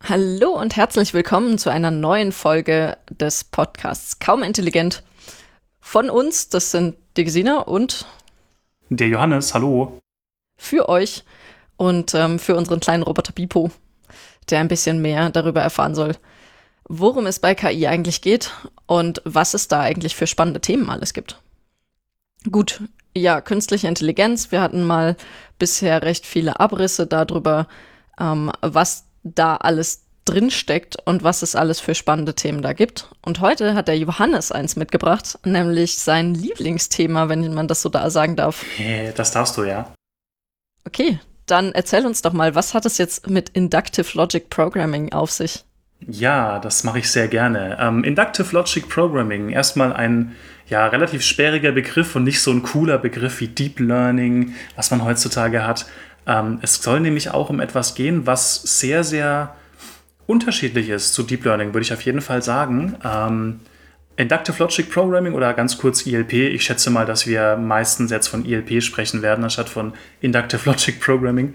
Hallo und herzlich willkommen zu einer neuen Folge des Podcasts Kaum Intelligent. Von uns, das sind die Gesina und der Johannes, hallo. Für euch und für unseren kleinen Roboter Bipo, der ein bisschen mehr darüber erfahren soll, worum es bei KI eigentlich geht und was es da eigentlich für spannende Themen alles gibt. Gut, ja, künstliche Intelligenz. Wir hatten mal bisher recht viele Abrisse darüber, was da alles drinsteckt und was es alles für spannende Themen da gibt. Und heute hat der Johannes eins mitgebracht, nämlich sein Lieblingsthema, wenn man das so da sagen darf. Das darfst du, ja. Okay, dann erzähl uns doch mal, was hat es jetzt mit Inductive Logic Programming auf sich? Ja, das mache ich sehr gerne. Inductive Logic Programming, erstmal ein relativ sperriger Begriff und nicht so ein cooler Begriff wie Deep Learning, was man heutzutage hat. Es soll nämlich auch um etwas gehen, was sehr, sehr unterschiedlich ist zu Deep Learning, würde ich auf jeden Fall sagen. Inductive Logic Programming oder ganz kurz ILP, ich schätze mal, dass wir meistens jetzt von ILP sprechen werden, anstatt von Inductive Logic Programming.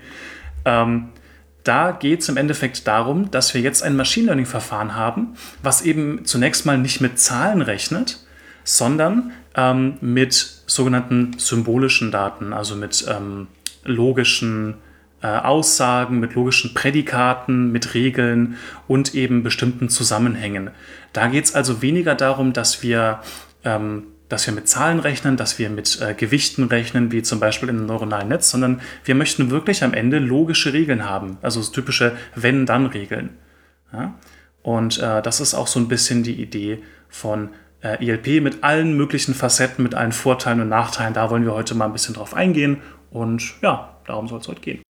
Da geht es im Endeffekt darum, dass wir jetzt ein Machine Learning-Verfahren haben, was eben zunächst mal nicht mit Zahlen rechnet, sondern mit sogenannten symbolischen Daten, also mit logischen Aussagen, mit logischen Prädikaten, mit Regeln und eben bestimmten Zusammenhängen. Da geht es also weniger darum, dass wir mit Zahlen rechnen, dass wir mit Gewichten rechnen, wie zum Beispiel in einem neuronalen Netz, sondern wir möchten wirklich am Ende logische Regeln haben, also typische Wenn-Dann-Regeln. Ja? Und das ist auch so ein bisschen die Idee von ILP mit allen möglichen Facetten, mit allen Vorteilen und Nachteilen. Da wollen wir heute mal ein bisschen drauf eingehen und ja, darum soll es heute gehen.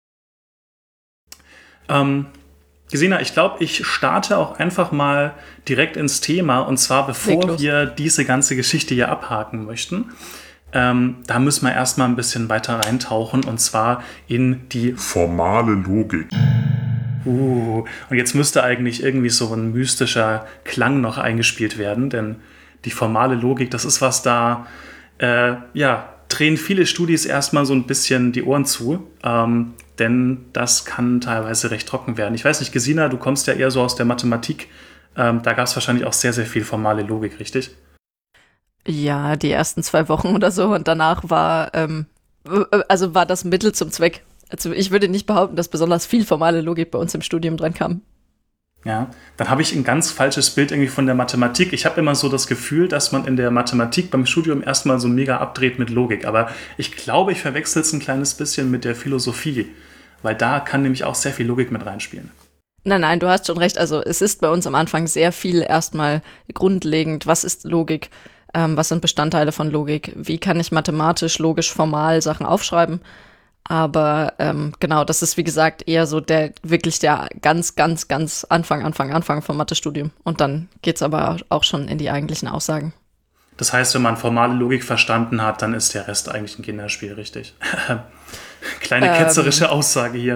Gesina, ich glaube, ich starte auch einfach mal direkt ins Thema. Und zwar, bevor wir diese ganze Geschichte hier abhaken möchten, da müssen wir erstmal ein bisschen weiter reintauchen. Und zwar in die formale Logik. Und jetzt müsste eigentlich irgendwie so ein mystischer Klang noch eingespielt werden. Denn die formale Logik, das ist was, da drehen viele Studis erstmal so ein bisschen die Ohren zu. Denn das kann teilweise recht trocken werden. Ich weiß nicht, Gesina, du kommst ja eher so aus der Mathematik. Da gab es wahrscheinlich auch sehr, sehr viel formale Logik, richtig? Ja, die ersten 2 Wochen oder so. Und danach war das Mittel zum Zweck. Also ich würde nicht behaupten, dass besonders viel formale Logik bei uns im Studium dran kam. Ja, dann habe ich ein ganz falsches Bild irgendwie von der Mathematik. Ich habe immer so das Gefühl, dass man in der Mathematik beim Studium erstmal so mega abdreht mit Logik. Aber ich glaube, ich verwechsel es ein kleines bisschen mit der Philosophie. Weil da kann nämlich auch sehr viel Logik mit reinspielen. Nein, du hast schon recht. Also es ist bei uns am Anfang sehr viel erstmal grundlegend. Was ist Logik? Was sind Bestandteile von Logik? Wie kann ich mathematisch, logisch, formal Sachen aufschreiben? Aber genau, das ist wie gesagt eher so der ganz, ganz, ganz Anfang vom Mathestudium. Und dann geht's aber auch schon in die eigentlichen Aussagen. Das heißt, wenn man formale Logik verstanden hat, dann ist der Rest eigentlich ein Kinderspiel, richtig? Kleine ketzerische Aussage hier.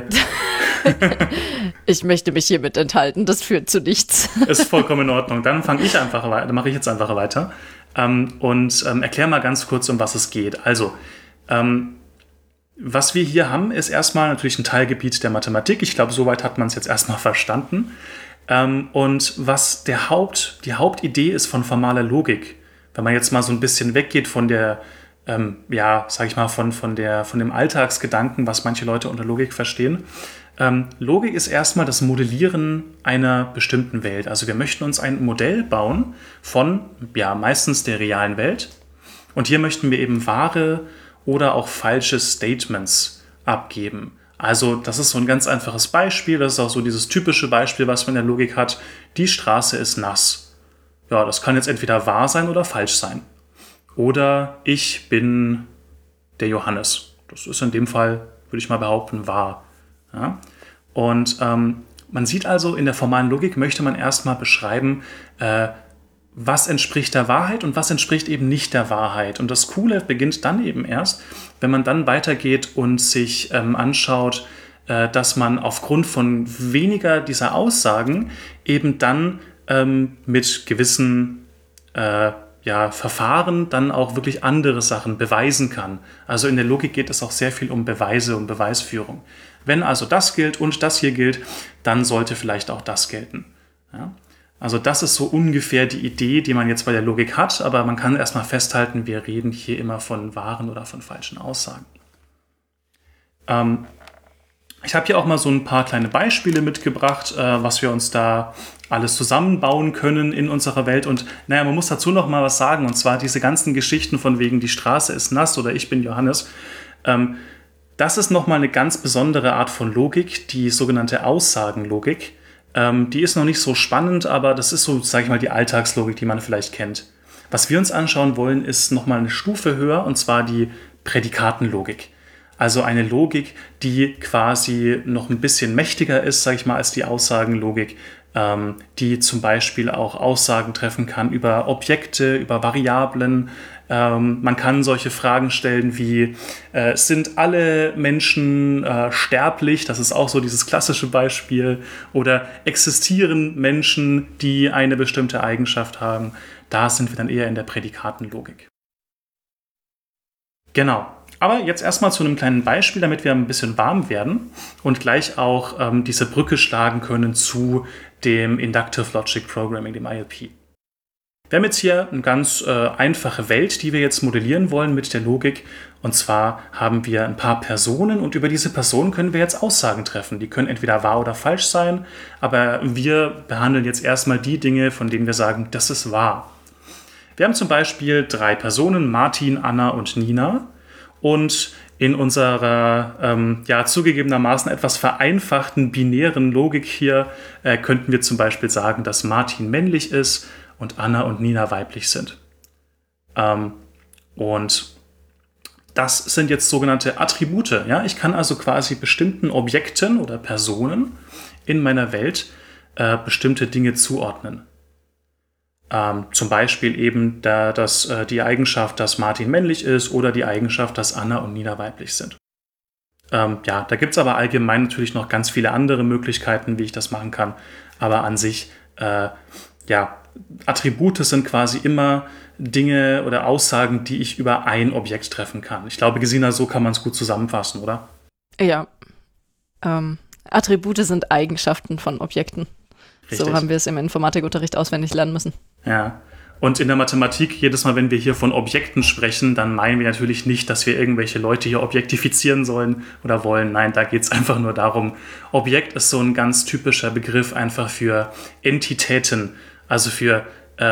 Ich möchte mich hiermit enthalten, das führt zu nichts. Ist vollkommen in Ordnung. Dann mache ich jetzt einfach weiter und erkläre mal ganz kurz, um was es geht. Also, was wir hier haben, ist erstmal natürlich ein Teilgebiet der Mathematik. Ich glaube, soweit hat man es jetzt erstmal verstanden. Und was die Hauptidee ist von formaler Logik, wenn man jetzt mal so ein bisschen weggeht von der von dem Alltagsgedanken, was manche Leute unter Logik verstehen. Logik ist erstmal das Modellieren einer bestimmten Welt. Also wir möchten uns ein Modell bauen von, meistens der realen Welt. Und hier möchten wir eben wahre oder auch falsche Statements abgeben. Also das ist so ein ganz einfaches Beispiel. Das ist auch so dieses typische Beispiel, was man in der Logik hat. Die Straße ist nass. Ja, das kann jetzt entweder wahr sein oder falsch sein. Oder ich bin der Johannes. Das ist in dem Fall, würde ich mal behaupten, wahr. Ja? Und man sieht also, in der formalen Logik möchte man erstmal beschreiben, was entspricht der Wahrheit und was entspricht eben nicht der Wahrheit. Und das Coole beginnt dann eben erst, wenn man dann weitergeht und sich anschaut, dass man aufgrund von weniger dieser Aussagen eben dann mit gewissen Verfahren dann auch wirklich andere Sachen beweisen kann. Also in der Logik geht es auch sehr viel um Beweise und Beweisführung. Wenn also das gilt und das hier gilt, dann sollte vielleicht auch das gelten. Ja? Also das ist so ungefähr die Idee, die man jetzt bei der Logik hat, aber man kann erstmal festhalten, wir reden hier immer von wahren oder von falschen Aussagen. Ich habe hier auch mal so ein paar kleine Beispiele mitgebracht, was wir uns da alles zusammenbauen können in unserer Welt. Und naja, man muss dazu noch mal was sagen, und zwar diese ganzen Geschichten von wegen, die Straße ist nass oder ich bin Johannes. Das ist noch mal eine ganz besondere Art von Logik, die sogenannte Aussagenlogik. Die ist noch nicht so spannend, aber das ist so, sage ich mal, die Alltagslogik, die man vielleicht kennt. Was wir uns anschauen wollen, ist noch mal eine Stufe höher, und zwar die Prädikatenlogik. Also eine Logik, die quasi noch ein bisschen mächtiger ist, sage ich mal, als die Aussagenlogik, die zum Beispiel auch Aussagen treffen kann über Objekte, über Variablen. Man kann solche Fragen stellen wie, sind alle Menschen sterblich? Das ist auch so dieses klassische Beispiel. Oder existieren Menschen, die eine bestimmte Eigenschaft haben? Da sind wir dann eher in der Prädikatenlogik. Genau. Aber jetzt erstmal zu einem kleinen Beispiel, damit wir ein bisschen warm werden und gleich auch diese Brücke schlagen können zu dem Inductive Logic Programming, dem ILP. Wir haben jetzt hier eine ganz einfache Welt, die wir jetzt modellieren wollen mit der Logik. Und zwar haben wir ein paar Personen und über diese Personen können wir jetzt Aussagen treffen. Die können entweder wahr oder falsch sein, aber wir behandeln jetzt erstmal die Dinge, von denen wir sagen, das ist wahr. Wir haben zum Beispiel 3 Personen, Martin, Anna und Nina. Und in unserer zugegebenermaßen etwas vereinfachten binären Logik hier könnten wir zum Beispiel sagen, dass Martin männlich ist und Anna und Nina weiblich sind. Und das sind jetzt sogenannte Attribute. Ja? Ich kann also quasi bestimmten Objekten oder Personen in meiner Welt bestimmte Dinge zuordnen. Zum Beispiel eben die Eigenschaft, dass Martin männlich ist oder die Eigenschaft, dass Anna und Nina weiblich sind. Da gibt es aber allgemein natürlich noch ganz viele andere Möglichkeiten, wie ich das machen kann. Aber an sich, Attribute sind quasi immer Dinge oder Aussagen, die ich über ein Objekt treffen kann. Ich glaube, Gesina, so kann man es gut zusammenfassen, oder? Ja. Attribute sind Eigenschaften von Objekten. Richtig. So haben wir es im Informatikunterricht auswendig lernen müssen. Ja, und in der Mathematik, jedes Mal, wenn wir hier von Objekten sprechen, dann meinen wir natürlich nicht, dass wir irgendwelche Leute hier objektifizieren sollen oder wollen. Nein, da geht es einfach nur darum, Objekt ist so ein ganz typischer Begriff einfach für Entitäten, also für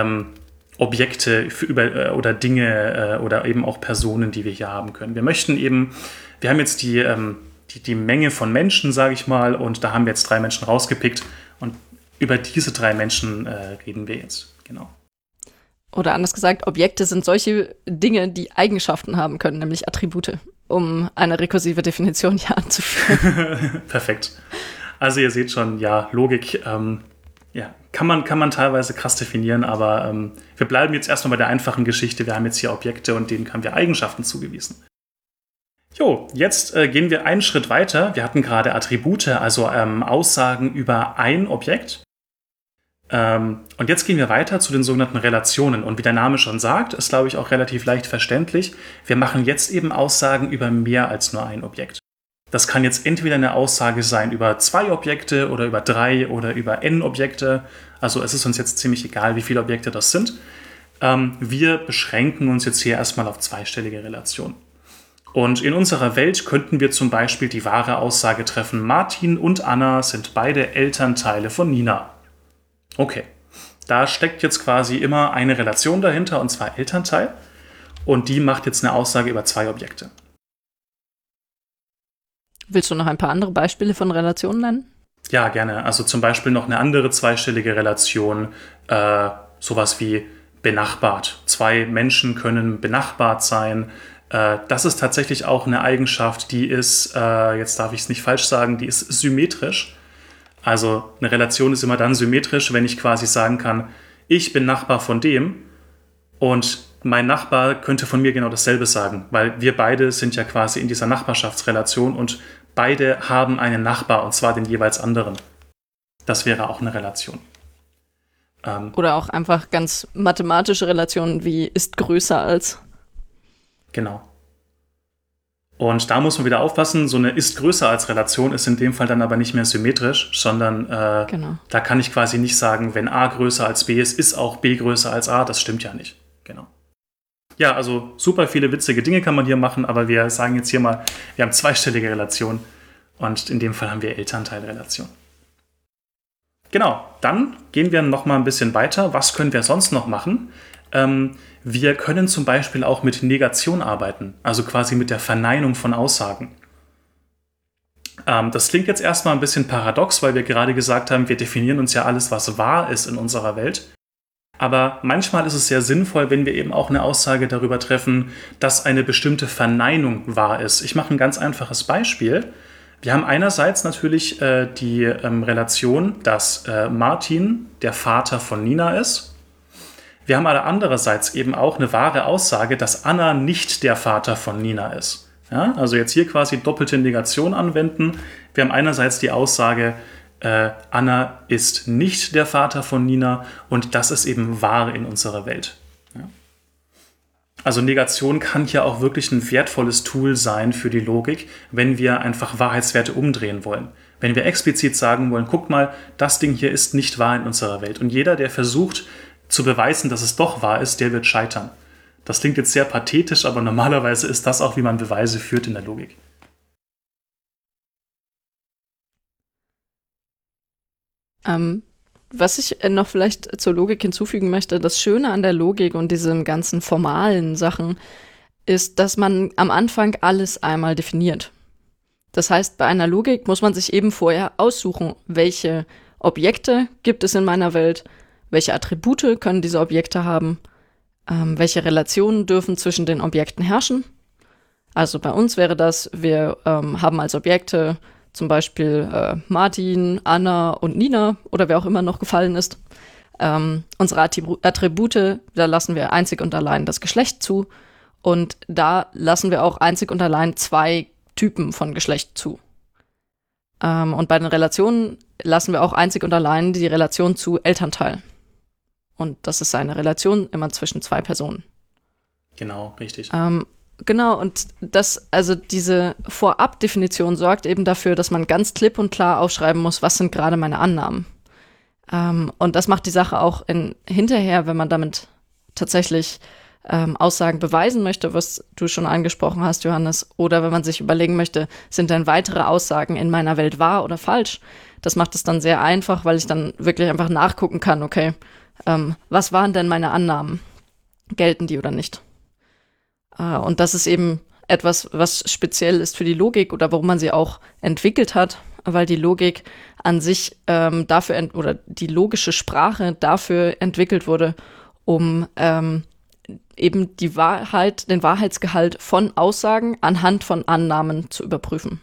Objekte oder Dinge oder eben auch Personen, die wir hier haben können. Wir haben jetzt die Menge von Menschen, sage ich mal, und da haben wir jetzt 3 Menschen rausgepickt und über diese 3 Menschen reden wir jetzt. Genau. Oder anders gesagt, Objekte sind solche Dinge, die Eigenschaften haben können, nämlich Attribute, um eine rekursive Definition hier anzuführen. Perfekt. Also ihr seht schon, ja, Logik kann man teilweise krass definieren, aber wir bleiben jetzt erstmal bei der einfachen Geschichte. Wir haben jetzt hier Objekte und denen haben wir Eigenschaften zugewiesen. Jo, jetzt gehen wir einen Schritt weiter. Wir hatten gerade Attribute, also Aussagen über ein Objekt. Und jetzt gehen wir weiter zu den sogenannten Relationen. Und wie der Name schon sagt, ist, glaube ich, auch relativ leicht verständlich. Wir machen jetzt eben Aussagen über mehr als nur ein Objekt. Das kann jetzt entweder eine Aussage sein über 2 Objekte oder über 3 oder über n Objekte. Also es ist uns jetzt ziemlich egal, wie viele Objekte das sind. Wir beschränken uns jetzt hier erstmal auf zweistellige Relationen. Und in unserer Welt könnten wir zum Beispiel die wahre Aussage treffen, Martin und Anna sind beide Elternteile von Nina. Okay, da steckt jetzt quasi immer eine Relation dahinter, und zwar Elternteil. Und die macht jetzt eine Aussage über 2 Objekte. Willst du noch ein paar andere Beispiele von Relationen nennen? Ja, gerne. Also zum Beispiel noch eine andere zweistellige Relation, sowas wie benachbart. 2 Menschen können benachbart sein. Das ist tatsächlich auch eine Eigenschaft, die ist, jetzt darf ich es nicht falsch sagen, die ist symmetrisch. Also eine Relation ist immer dann symmetrisch, wenn ich quasi sagen kann, ich bin Nachbar von dem und mein Nachbar könnte von mir genau dasselbe sagen, weil wir beide sind ja quasi in dieser Nachbarschaftsrelation und beide haben einen Nachbar, und zwar den jeweils anderen. Das wäre auch eine Relation. Oder auch einfach ganz mathematische Relationen wie ist größer als. Genau. Und da muss man wieder aufpassen, so eine ist größer als Relation ist in dem Fall dann aber nicht mehr symmetrisch, sondern da kann ich quasi nicht sagen, wenn A größer als B ist auch B größer als A. Das stimmt ja nicht. Genau. Ja, also super viele witzige Dinge kann man hier machen, aber wir sagen jetzt hier mal, wir haben zweistellige Relationen und in dem Fall haben wir Elternteilrelation. Genau, dann gehen wir noch mal ein bisschen weiter. Was können wir sonst noch machen? Wir können zum Beispiel auch mit Negation arbeiten, also quasi mit der Verneinung von Aussagen. Das klingt jetzt erstmal ein bisschen paradox, weil wir gerade gesagt haben, wir definieren uns ja alles, was wahr ist in unserer Welt. Aber manchmal ist es sehr sinnvoll, wenn wir eben auch eine Aussage darüber treffen, dass eine bestimmte Verneinung wahr ist. Ich mache ein ganz einfaches Beispiel. Wir haben einerseits natürlich die Relation, dass Martin der Vater von Nina ist. Wir haben aber andererseits eben auch eine wahre Aussage, dass Anna nicht der Vater von Nina ist. Ja, also jetzt hier quasi doppelte Negation anwenden. Wir haben einerseits die Aussage, Anna ist nicht der Vater von Nina und das ist eben wahr in unserer Welt. Ja. Also Negation kann hier auch wirklich ein wertvolles Tool sein für die Logik, wenn wir einfach Wahrheitswerte umdrehen wollen. Wenn wir explizit sagen wollen, guck mal, das Ding hier ist nicht wahr in unserer Welt. Und jeder, der versucht zu beweisen, dass es doch wahr ist, der wird scheitern. Das klingt jetzt sehr pathetisch, aber normalerweise ist das auch, wie man Beweise führt in der Logik. Was ich noch vielleicht zur Logik hinzufügen möchte, das Schöne an der Logik und diesen ganzen formalen Sachen ist, dass man am Anfang alles einmal definiert. Das heißt, bei einer Logik muss man sich eben vorher aussuchen, welche Objekte gibt es in meiner Welt, welche Attribute können diese Objekte haben, welche Relationen dürfen zwischen den Objekten herrschen. Also bei uns wäre das, wir haben als Objekte zum Beispiel Martin, Anna und Nina oder wer auch immer noch gefallen ist. Unsere Attribute, da lassen wir einzig und allein das Geschlecht zu und da lassen wir auch einzig und allein 2 Typen von Geschlecht zu. Und bei den Relationen lassen wir auch einzig und allein die Relation zu Elternteil. Und das ist eine Relation immer zwischen 2 Personen. Genau, richtig. Genau, und also diese Vorabdefinition sorgt eben dafür, dass man ganz klipp und klar aufschreiben muss, was sind gerade meine Annahmen. Und das macht die Sache auch hinterher, wenn man damit tatsächlich Aussagen beweisen möchte, was du schon angesprochen hast, Johannes, oder wenn man sich überlegen möchte, sind denn weitere Aussagen in meiner Welt wahr oder falsch? Das macht es dann sehr einfach, weil ich dann wirklich einfach nachgucken kann, okay, was waren denn meine Annahmen? Gelten die oder nicht? Und das ist eben etwas, was speziell ist für die Logik oder warum man sie auch entwickelt hat, weil die Logik an sich oder die logische Sprache dafür entwickelt wurde, um eben den Wahrheitsgehalt von Aussagen anhand von Annahmen zu überprüfen.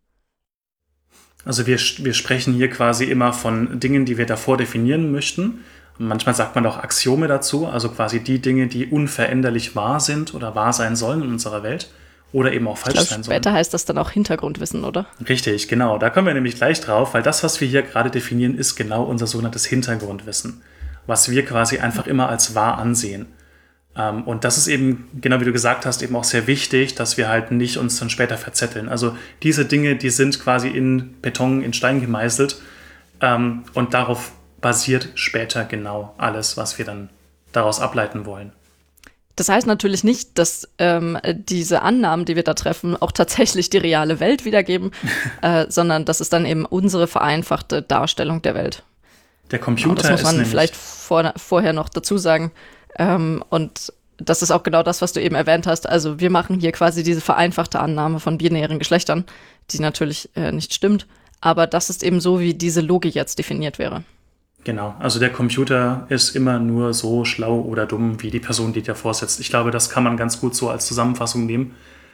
Also wir sprechen hier quasi immer von Dingen, die wir davor definieren möchten. Manchmal sagt man auch Axiome dazu, also quasi die Dinge, die unveränderlich wahr sind oder wahr sein sollen in unserer Welt oder eben auch falsch sein sollen. Später heißt das dann auch Hintergrundwissen, oder? Richtig, genau. Da kommen wir nämlich gleich drauf, weil das, was wir hier gerade definieren, ist genau unser sogenanntes Hintergrundwissen, was wir quasi einfach immer als wahr ansehen. Und das ist eben, genau wie du gesagt hast, eben auch sehr wichtig, dass wir halt nicht uns dann später verzetteln. Also diese Dinge, die sind quasi in Beton, in Stein gemeißelt und darauf basiert später genau alles, was wir dann daraus ableiten wollen. Das heißt natürlich nicht, dass diese Annahmen, die wir da treffen, auch tatsächlich die reale Welt wiedergeben, sondern das ist dann eben unsere vereinfachte Darstellung der Welt. Der Computer das muss man ist vielleicht vorher noch dazu sagen. Und das ist auch genau das, was du eben erwähnt hast. Also wir machen hier quasi diese vereinfachte Annahme von binären Geschlechtern, die natürlich nicht stimmt. Aber das ist eben so, wie diese Logik jetzt definiert wäre. Genau, also der Computer ist immer nur so schlau oder dumm wie die Person, die davor sitzt. Ich glaube, das kann man ganz gut so als Zusammenfassung nehmen.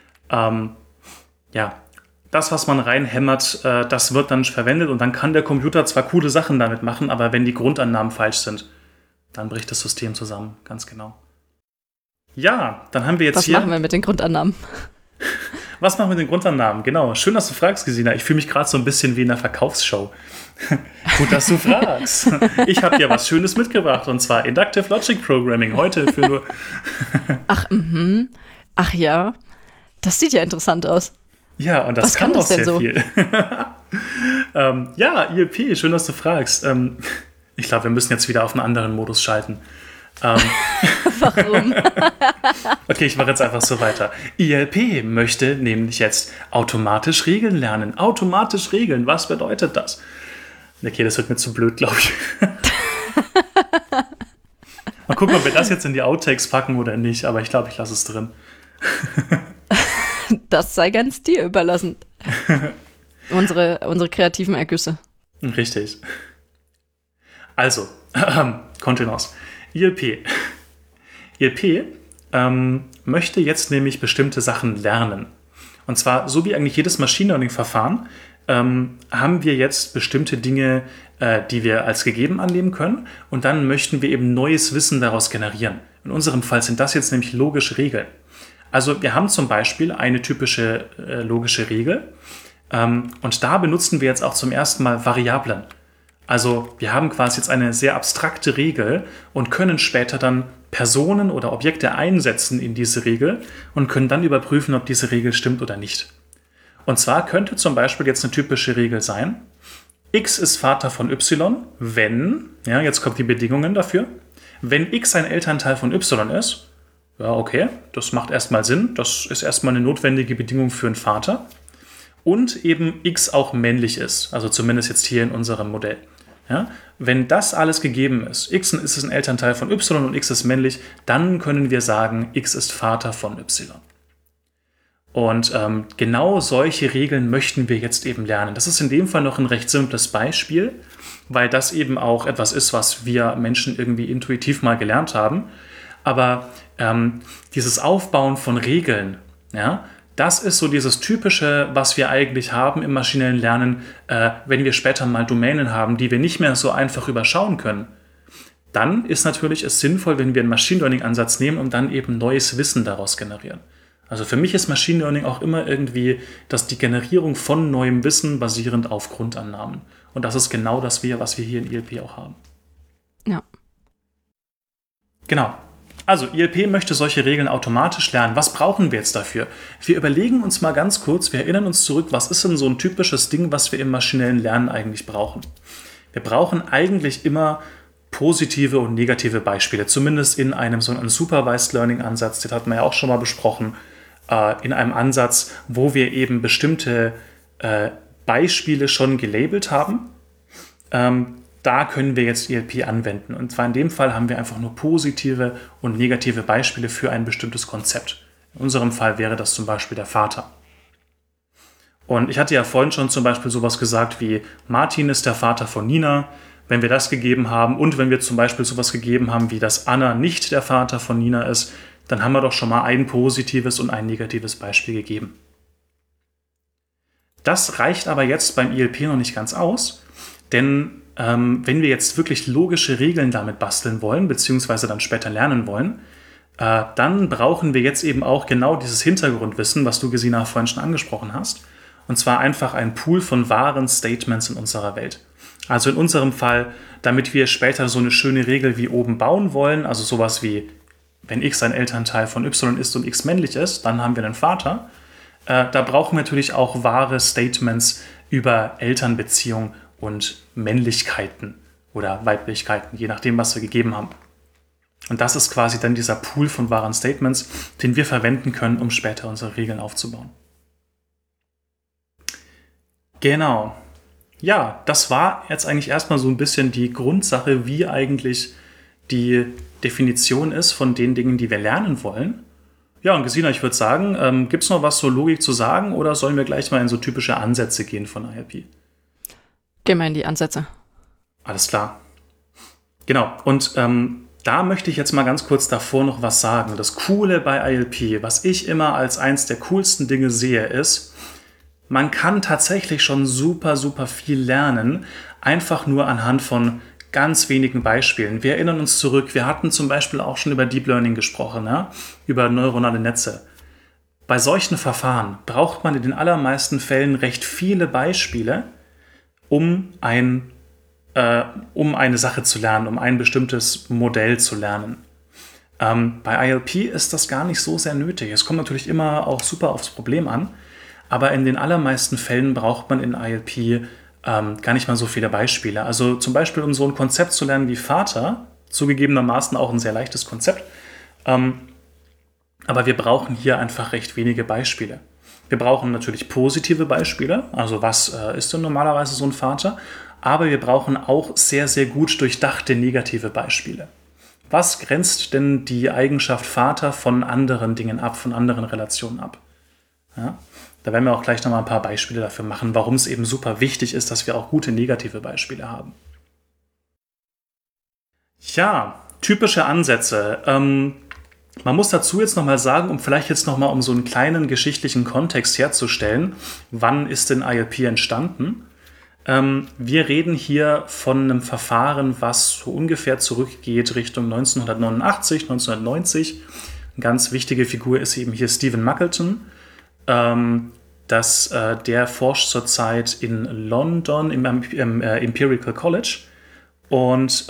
Ja, das, was man reinhämmert, das wird dann verwendet und dann kann der Computer zwar coole Sachen damit machen, aber wenn die Grundannahmen falsch sind, dann bricht das System zusammen, ganz genau. Ja, dann haben wir jetzt Was machen wir mit den Grundannahmen? Was machen wir mit den Grundannahmen? Genau, schön, dass du fragst, Gesina. Ich fühle mich gerade so ein bisschen wie in einer Verkaufsshow. Gut, dass du fragst. Ich habe dir was Schönes mitgebracht, und zwar Inductive Logic Programming. Heute für nur... Ach ja. Das sieht ja interessant aus. Ja, und das kann auch sehr viel. Ja, ILP, schön, dass du fragst. Ich glaube, wir müssen jetzt wieder auf einen anderen Modus schalten. Warum? Okay, ich mache jetzt einfach so weiter. ILP möchte nämlich jetzt automatisch Regeln lernen. Automatisch Regeln, was bedeutet das? Okay, das wird mir zu blöd, glaube ich. Mal gucken, ob wir das jetzt in die Outtakes packen oder nicht, aber ich glaube, ich lasse es drin. Das sei ganz dir überlassen. Unsere kreativen Ergüsse. Richtig. Also, Kontenance. ILP. ILP möchte jetzt nämlich bestimmte Sachen lernen. Und zwar, so wie eigentlich jedes Machine Learning-Verfahren, haben wir jetzt bestimmte Dinge, die wir als gegeben annehmen können. Und dann möchten wir eben neues Wissen daraus generieren. In unserem Fall sind das jetzt nämlich logische Regeln. Also wir haben zum Beispiel eine typische logische Regel. Und da benutzen wir jetzt auch zum ersten Mal Variablen. Also wir haben quasi jetzt eine sehr abstrakte Regel und können später dann Personen oder Objekte einsetzen in diese Regel und können dann überprüfen, ob diese Regel stimmt oder nicht. Und zwar könnte zum Beispiel jetzt eine typische Regel sein, x ist Vater von y, wenn, ja, jetzt kommt die Bedingungen dafür, wenn x ein Elternteil von y ist, ja, okay, das macht erstmal Sinn, das ist erstmal eine notwendige Bedingung für einen Vater, und eben x auch männlich ist, also zumindest jetzt hier in unserem Modell. Ja, wenn das alles gegeben ist, x ist ein Elternteil von y und x ist männlich, dann können wir sagen, x ist Vater von y. Und genau solche Regeln möchten wir jetzt eben lernen. Das ist in dem Fall noch ein recht simples Beispiel, weil das eben auch etwas ist, was wir Menschen irgendwie intuitiv mal gelernt haben. Aber dieses Aufbauen von Regeln, ja, das ist so dieses Typische, was wir eigentlich haben im maschinellen Lernen, wenn wir später mal Domänen haben, die wir nicht mehr so einfach überschauen können. Dann ist natürlich es sinnvoll, wenn wir einen Machine Learning-Ansatz nehmen und dann eben neues Wissen daraus generieren. Also für mich ist Machine Learning auch immer irgendwie die Generierung von neuem Wissen basierend auf Grundannahmen. Und das ist genau das, was wir hier in ILP auch haben. Ja. Genau. Also ILP möchte solche Regeln automatisch lernen. Was brauchen wir jetzt dafür? Wir überlegen uns mal ganz kurz, wir erinnern uns zurück, was ist denn so ein typisches Ding, was wir im maschinellen Lernen eigentlich brauchen? Wir brauchen eigentlich immer positive und negative Beispiele, zumindest in einem so einem Supervised Learning Ansatz, den hatten wir ja auch schon mal besprochen, in einem Ansatz, wo wir eben bestimmte Beispiele schon gelabelt haben. Da können wir jetzt ILP anwenden. Und zwar in dem Fall haben wir einfach nur positive und negative Beispiele für ein bestimmtes Konzept. In unserem Fall wäre das zum Beispiel der Vater. Und ich hatte ja vorhin schon zum Beispiel sowas gesagt wie Martin ist der Vater von Nina. Wenn wir das gegeben haben und wenn wir zum Beispiel sowas gegeben haben wie dass Anna nicht der Vater von Nina ist, dann haben wir doch schon mal ein positives und ein negatives Beispiel gegeben. Das reicht aber jetzt beim ILP noch nicht ganz aus, denn wenn wir jetzt wirklich logische Regeln damit basteln wollen, beziehungsweise dann später lernen wollen, dann brauchen wir jetzt eben auch genau dieses Hintergrundwissen, was du, Gesina, vorhin schon angesprochen hast. Und zwar einfach ein Pool von wahren Statements in unserer Welt. Also in unserem Fall, damit wir später so eine schöne Regel wie oben bauen wollen, also sowas wie, wenn x ein Elternteil von y ist und x männlich ist, dann haben wir einen Vater. Da brauchen wir natürlich auch wahre Statements über Elternbeziehung und Männlichkeiten oder Weiblichkeiten, je nachdem, was wir gegeben haben. Und das ist quasi dann dieser Pool von wahren Statements, den wir verwenden können, um später unsere Regeln aufzubauen. Genau. Ja, das war jetzt eigentlich erstmal so ein bisschen die Grundsache, wie eigentlich die Definition ist von den Dingen, die wir lernen wollen. Ja, und Gesina, ich würde sagen, gibt es noch was zur Logik zu sagen oder sollen wir gleich mal in so typische Ansätze gehen von ILP? Gehen wir in die Ansätze. Alles klar. Genau, und da möchte ich jetzt mal ganz kurz davor noch was sagen. Das Coole bei ILP, was ich immer als eins der coolsten Dinge sehe, ist, man kann tatsächlich schon super, super viel lernen, einfach nur anhand von ganz wenigen Beispielen. Wir erinnern uns zurück, wir hatten zum Beispiel auch schon über Deep Learning gesprochen, ja? Über neuronale Netze. Bei solchen Verfahren braucht man in den allermeisten Fällen recht viele Beispiele, um eine Sache zu lernen, um ein bestimmtes Modell zu lernen. Bei ILP ist das gar nicht so sehr nötig. Es kommt natürlich immer auch super aufs Problem an, aber in den allermeisten Fällen braucht man in ILP gar nicht mal so viele Beispiele. Also zum Beispiel, um so ein Konzept zu lernen wie Vater, zugegebenermaßen auch ein sehr leichtes Konzept, aber wir brauchen hier einfach recht wenige Beispiele. Wir brauchen natürlich positive Beispiele, also was ist denn normalerweise so ein Vater, aber wir brauchen auch sehr, sehr gut durchdachte negative Beispiele. Was grenzt denn die Eigenschaft Vater von anderen Dingen ab, von anderen Relationen ab? Ja? Da werden wir auch gleich nochmal ein paar Beispiele dafür machen, warum es eben super wichtig ist, dass wir auch gute negative Beispiele haben. Ja, typische Ansätze. Man muss dazu jetzt nochmal sagen, um vielleicht jetzt nochmal um so einen kleinen geschichtlichen Kontext herzustellen, wann ist denn ILP entstanden? Wir reden hier von einem Verfahren, was so ungefähr zurückgeht Richtung 1989, 1990. Eine ganz wichtige Figur ist eben hier Stephen Muggleton. Der forscht zurzeit in London im Imperial College. Und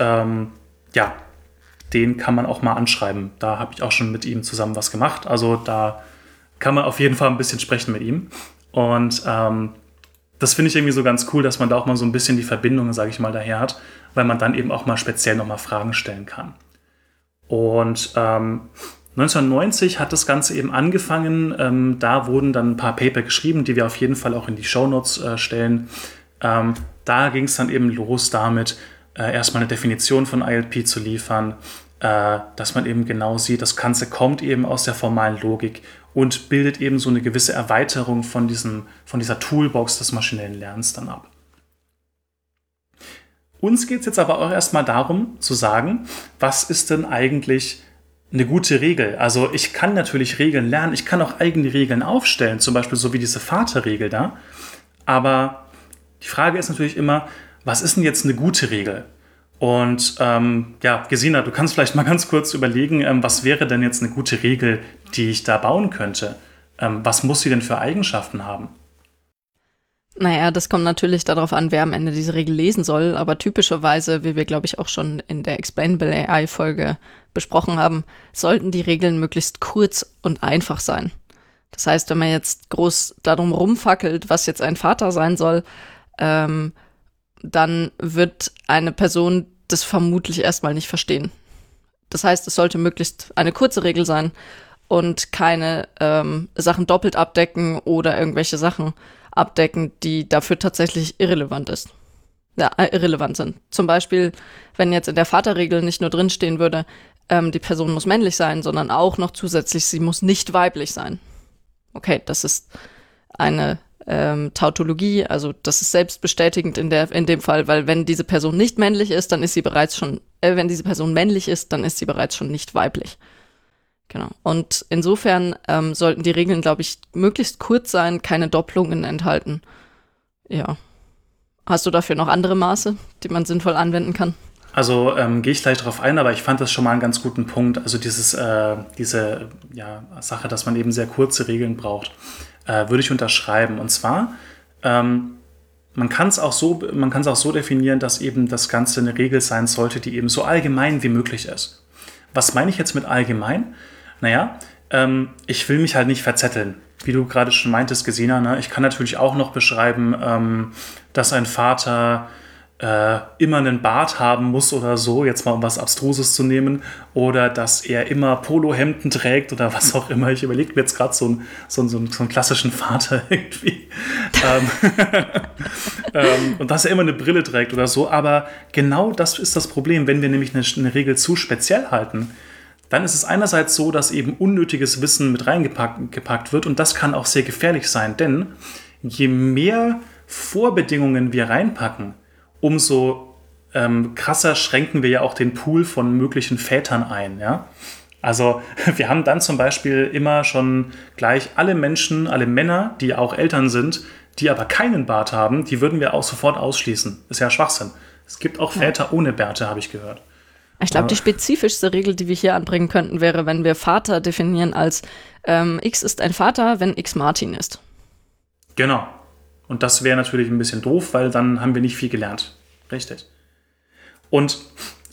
den kann man auch mal anschreiben. Da habe ich auch schon mit ihm zusammen was gemacht. Also da kann man auf jeden Fall ein bisschen sprechen mit ihm. Und das finde ich irgendwie so ganz cool, dass man da auch mal so ein bisschen die Verbindungen, sage ich mal, daher hat, weil man dann eben auch mal speziell nochmal Fragen stellen kann. Und 1990 hat das Ganze eben angefangen. Da wurden dann ein paar Paper geschrieben, die wir auf jeden Fall auch in die Shownotes stellen. Da ging es dann eben los damit, erstmal eine Definition von ILP zu liefern, dass man eben genau sieht, das Ganze kommt eben aus der formalen Logik und bildet eben so eine gewisse Erweiterung von dieser Toolbox des maschinellen Lernens dann ab. Uns geht es jetzt aber auch erstmal darum zu sagen, was ist denn eigentlich eine gute Regel? Also ich kann natürlich Regeln lernen, ich kann auch eigene Regeln aufstellen, zum Beispiel so wie diese Vaterregel da, aber die Frage ist natürlich immer, was ist denn jetzt eine gute Regel? Und Gesina, du kannst vielleicht mal ganz kurz überlegen, was wäre denn jetzt eine gute Regel, die ich da bauen könnte? Was muss sie denn für Eigenschaften haben? Naja, das kommt natürlich darauf an, wer am Ende diese Regel lesen soll, aber typischerweise, wie wir, glaube ich, auch schon in der Explainable AI-Folge besprochen haben, sollten die Regeln möglichst kurz und einfach sein. Das heißt, wenn man jetzt groß darum rumfackelt, was jetzt ein Vater sein soll, dann wird eine Person das vermutlich erstmal nicht verstehen. Das heißt, es sollte möglichst eine kurze Regel sein und keine Sachen doppelt abdecken oder irgendwelche Sachen abdecken, die dafür tatsächlich irrelevant sind. Zum Beispiel, wenn jetzt in der Vaterregel nicht nur drinstehen würde, die Person muss männlich sein, sondern auch noch zusätzlich, sie muss nicht weiblich sein. Okay, das ist eine Tautologie, also das ist selbstbestätigend in dem Fall, weil wenn diese Person nicht männlich ist, dann ist sie bereits schon, wenn diese Person männlich ist, dann ist sie bereits schon nicht weiblich. Genau. Und insofern sollten die Regeln, glaube ich, möglichst kurz sein, keine Doppelungen enthalten. Ja. Hast du dafür noch andere Maße, die man sinnvoll anwenden kann? Also gehe ich gleich darauf ein, aber ich fand das schon mal einen ganz guten Punkt. Also diese Sache, dass man eben sehr kurze Regeln braucht, würde ich unterschreiben. Und zwar, man kann es auch so definieren, dass eben das Ganze eine Regel sein sollte, die eben so allgemein wie möglich ist. Was meine ich jetzt mit allgemein? Naja, ich will mich halt nicht verzetteln. Wie du gerade schon meintest, Gesina, ne? Ich kann natürlich auch noch beschreiben, dass ein Vater immer einen Bart haben muss oder so, jetzt mal um was Abstruses zu nehmen, oder dass er immer Polohemden trägt oder was auch immer. Ich überlege mir jetzt gerade so einen klassischen Vater irgendwie. Und dass er immer eine Brille trägt oder so. Aber genau das ist das Problem, wenn wir nämlich eine Regel zu speziell halten. Dann ist es einerseits so, dass eben unnötiges Wissen mit reingepackt wird und das kann auch sehr gefährlich sein, denn je mehr Vorbedingungen wir reinpacken, umso krasser schränken wir ja auch den Pool von möglichen Vätern ein. Ja? Also wir haben dann zum Beispiel immer schon gleich alle Männer, die auch Eltern sind, die aber keinen Bart haben, die würden wir auch sofort ausschließen. Ist ja Schwachsinn. Es gibt auch Väter ohne Bärte, habe ich gehört. Ich glaube, die spezifischste Regel, die wir hier anbringen könnten, wäre, wenn wir Vater definieren als X ist ein Vater, wenn X Martin ist. Genau. Und das wäre natürlich ein bisschen doof, weil dann haben wir nicht viel gelernt. Richtig. Und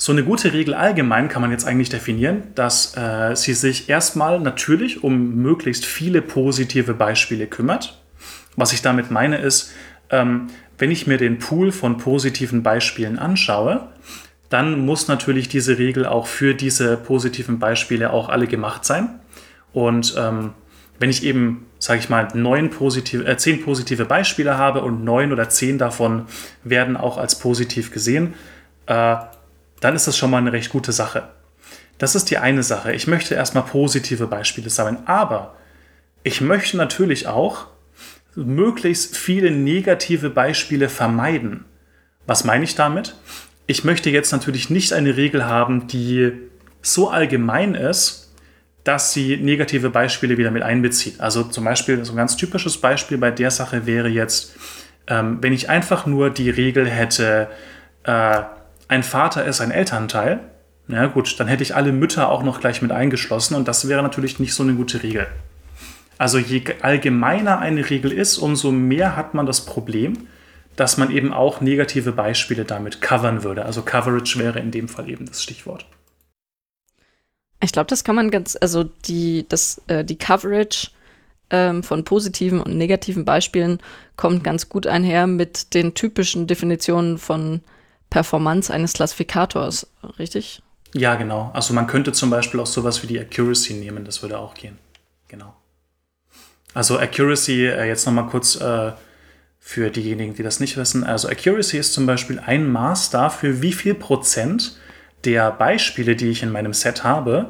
So eine gute Regel allgemein kann man jetzt eigentlich definieren, dass sie sich erstmal natürlich um möglichst viele positive Beispiele kümmert. Was ich damit meine ist, wenn ich mir den Pool von positiven Beispielen anschaue, dann muss natürlich diese Regel auch für diese positiven Beispiele auch alle gemacht sein. Und wenn ich eben, sage ich mal, 10 positive Beispiele habe und 9 oder 10 davon werden auch als positiv gesehen, dann ist das schon mal eine recht gute Sache. Das ist die eine Sache. Ich möchte erstmal positive Beispiele sammeln, aber ich möchte natürlich auch möglichst viele negative Beispiele vermeiden. Was meine ich damit? Ich möchte jetzt natürlich nicht eine Regel haben, die so allgemein ist, dass sie negative Beispiele wieder mit einbezieht. Also zum Beispiel, so ein ganz typisches Beispiel bei der Sache wäre jetzt, wenn ich einfach nur die Regel hätte, ein Vater ist ein Elternteil, ja gut, dann hätte ich alle Mütter auch noch gleich mit eingeschlossen und das wäre natürlich nicht so eine gute Regel. Also je allgemeiner eine Regel ist, umso mehr hat man das Problem, dass man eben auch negative Beispiele damit covern würde. Also Coverage wäre in dem Fall eben das Stichwort. Ich glaube, das kann man die Coverage von positiven und negativen Beispielen kommt ganz gut einher mit den typischen Definitionen von Performance eines Klassifikators, richtig? Ja, genau. Also man könnte zum Beispiel auch sowas wie die Accuracy nehmen, das würde auch gehen. Genau. Also Accuracy, jetzt nochmal kurz für diejenigen, die das nicht wissen. Also Accuracy ist zum Beispiel ein Maß dafür, wie viel Prozent der Beispiele, die ich in meinem Set habe,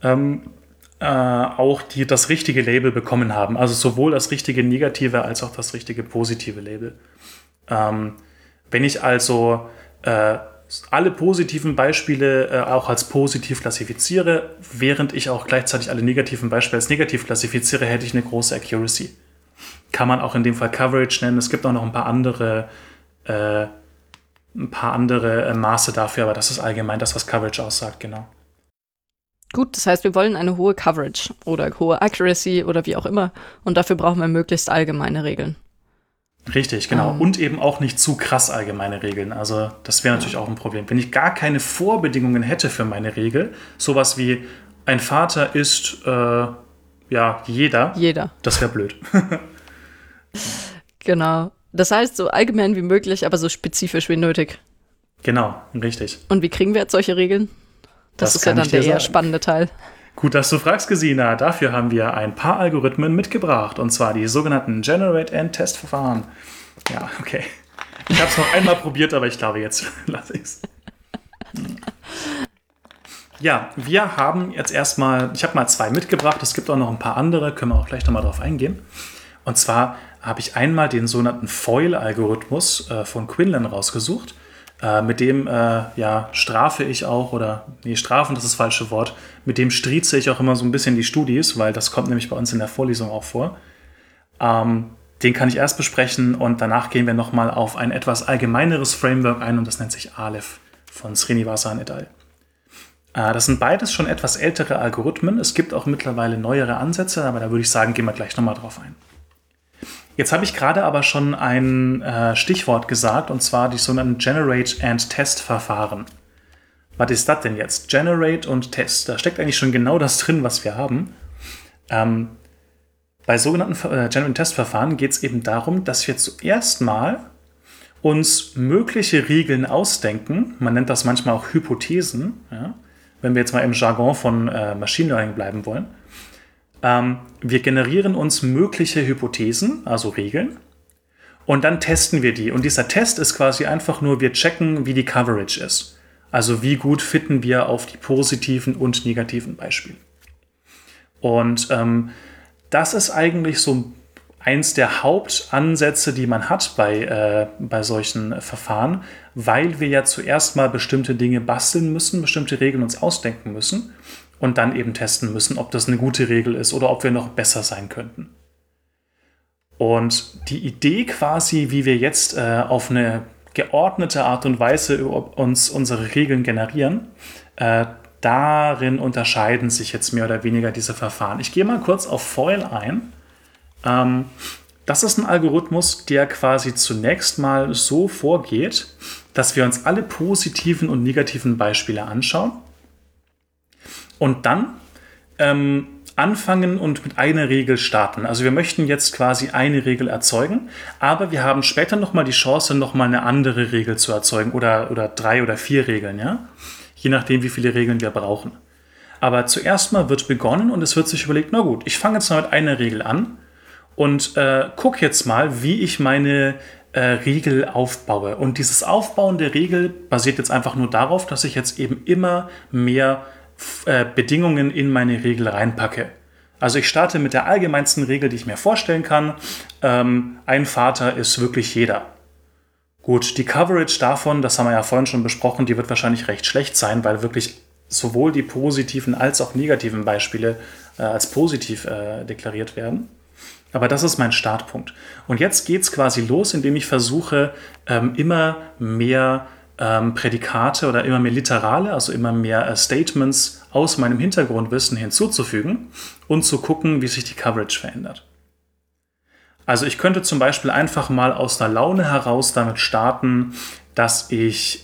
auch das richtige Label bekommen haben. Also sowohl das richtige negative als auch das richtige positive Label. Wenn ich also alle positiven Beispiele auch als positiv klassifiziere, während ich auch gleichzeitig alle negativen Beispiele als negativ klassifiziere, hätte ich eine große Accuracy. Kann man auch in dem Fall Coverage nennen. Es gibt auch noch ein paar andere Maße dafür, aber das ist allgemein das, was Coverage aussagt, genau. Gut, das heißt, wir wollen eine hohe Coverage oder hohe Accuracy oder wie auch immer und dafür brauchen wir möglichst allgemeine Regeln. Richtig, genau. Und eben auch nicht zu krass allgemeine Regeln. Also das wäre natürlich auch ein Problem. Wenn ich gar keine Vorbedingungen hätte für meine Regel, sowas wie ein Vater ist, jeder. Das wäre blöd. Genau. Das heißt, so allgemein wie möglich, aber so spezifisch wie nötig. Genau, richtig. Und wie kriegen wir jetzt solche Regeln? Das ist ja dann der eher spannende Teil. Gut, dass du fragst, Gesina. Dafür haben wir ein paar Algorithmen mitgebracht, und zwar die sogenannten Generate-and-Test-Verfahren. Ja, okay. Ich habe es noch einmal probiert, aber ich glaube, jetzt lasse ich es. Ja, wir haben jetzt erstmal, ich habe mal 2 mitgebracht, es gibt auch noch ein paar andere, können wir auch gleich nochmal drauf eingehen. Und zwar habe ich einmal den sogenannten FOIL-Algorithmus von Quinlan rausgesucht. Mit dem strafe ich auch, strafen, das ist das falsche Wort, mit dem strieze ich auch immer so ein bisschen die Studis, weil das kommt nämlich bei uns in der Vorlesung auch vor. Den kann ich erst besprechen und danach gehen wir nochmal auf ein etwas allgemeineres Framework ein und das nennt sich Aleph von Srinivasan et al. Das sind beides schon etwas ältere Algorithmen. Es gibt auch mittlerweile neuere Ansätze, aber da würde ich sagen, gehen wir gleich nochmal drauf ein. Jetzt habe ich gerade aber schon ein Stichwort gesagt, und zwar die sogenannten Generate-and-Test-Verfahren. Was ist das denn jetzt? Generate und Test. Da steckt eigentlich schon genau das drin, was wir haben. Bei sogenannten Generate-and-Test-Verfahren geht es eben darum, dass wir zuerst mal uns mögliche Regeln ausdenken. Man nennt das manchmal auch Hypothesen, ja? Wenn wir jetzt mal im Jargon von Machine Learning bleiben wollen. Wir generieren uns mögliche Hypothesen, also Regeln, und dann testen wir die. Und dieser Test ist quasi einfach nur, wir checken, wie die Coverage ist. Also wie gut fitten wir auf die positiven und negativen Beispiele. Und das ist eigentlich so eins der Hauptansätze, die man hat bei solchen Verfahren, weil wir ja zuerst mal bestimmte Dinge basteln müssen, bestimmte Regeln uns ausdenken müssen. Und dann eben testen müssen, ob das eine gute Regel ist oder ob wir noch besser sein könnten. Und die Idee quasi, wie wir jetzt auf eine geordnete Art und Weise uns unsere Regeln generieren, darin unterscheiden sich jetzt mehr oder weniger diese Verfahren. Ich gehe mal kurz auf FOIL ein. Das ist ein Algorithmus, der quasi zunächst mal so vorgeht, dass wir uns alle positiven und negativen Beispiele anschauen und dann anfangen und mit einer Regel starten. Also wir möchten jetzt quasi eine Regel erzeugen, aber wir haben später nochmal die Chance, nochmal eine andere Regel zu erzeugen oder 3 oder 4 Regeln, ja? Je nachdem, wie viele Regeln wir brauchen. Aber zuerst mal wird begonnen und es wird sich überlegt, na gut, ich fange jetzt mal mit einer Regel an und gucke jetzt mal, wie ich meine Regel aufbaue. Und dieses Aufbauen der Regel basiert jetzt einfach nur darauf, dass ich jetzt eben immer mehr Bedingungen in meine Regel reinpacke. Also ich starte mit der allgemeinsten Regel, die ich mir vorstellen kann. Ein Vater ist wirklich jeder. Gut, die Coverage davon, das haben wir ja vorhin schon besprochen, die wird wahrscheinlich recht schlecht sein, weil wirklich sowohl die positiven als auch negativen Beispiele als positiv deklariert werden. Aber das ist mein Startpunkt. Und jetzt geht es quasi los, indem ich versuche, immer mehr Prädikate oder immer mehr Literale, also immer mehr Statements aus meinem Hintergrundwissen hinzuzufügen und zu gucken, wie sich die Coverage verändert. Also ich könnte zum Beispiel einfach mal aus einer Laune heraus damit starten, dass ich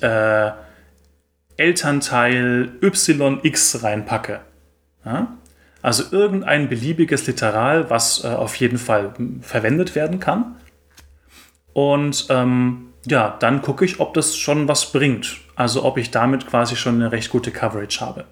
Elternteil YX reinpacke. Ja? Also irgendein beliebiges Literal, was auf jeden Fall verwendet werden kann. Und dann gucke ich, ob das schon was bringt. Also ob ich damit quasi schon eine recht gute Coverage habe.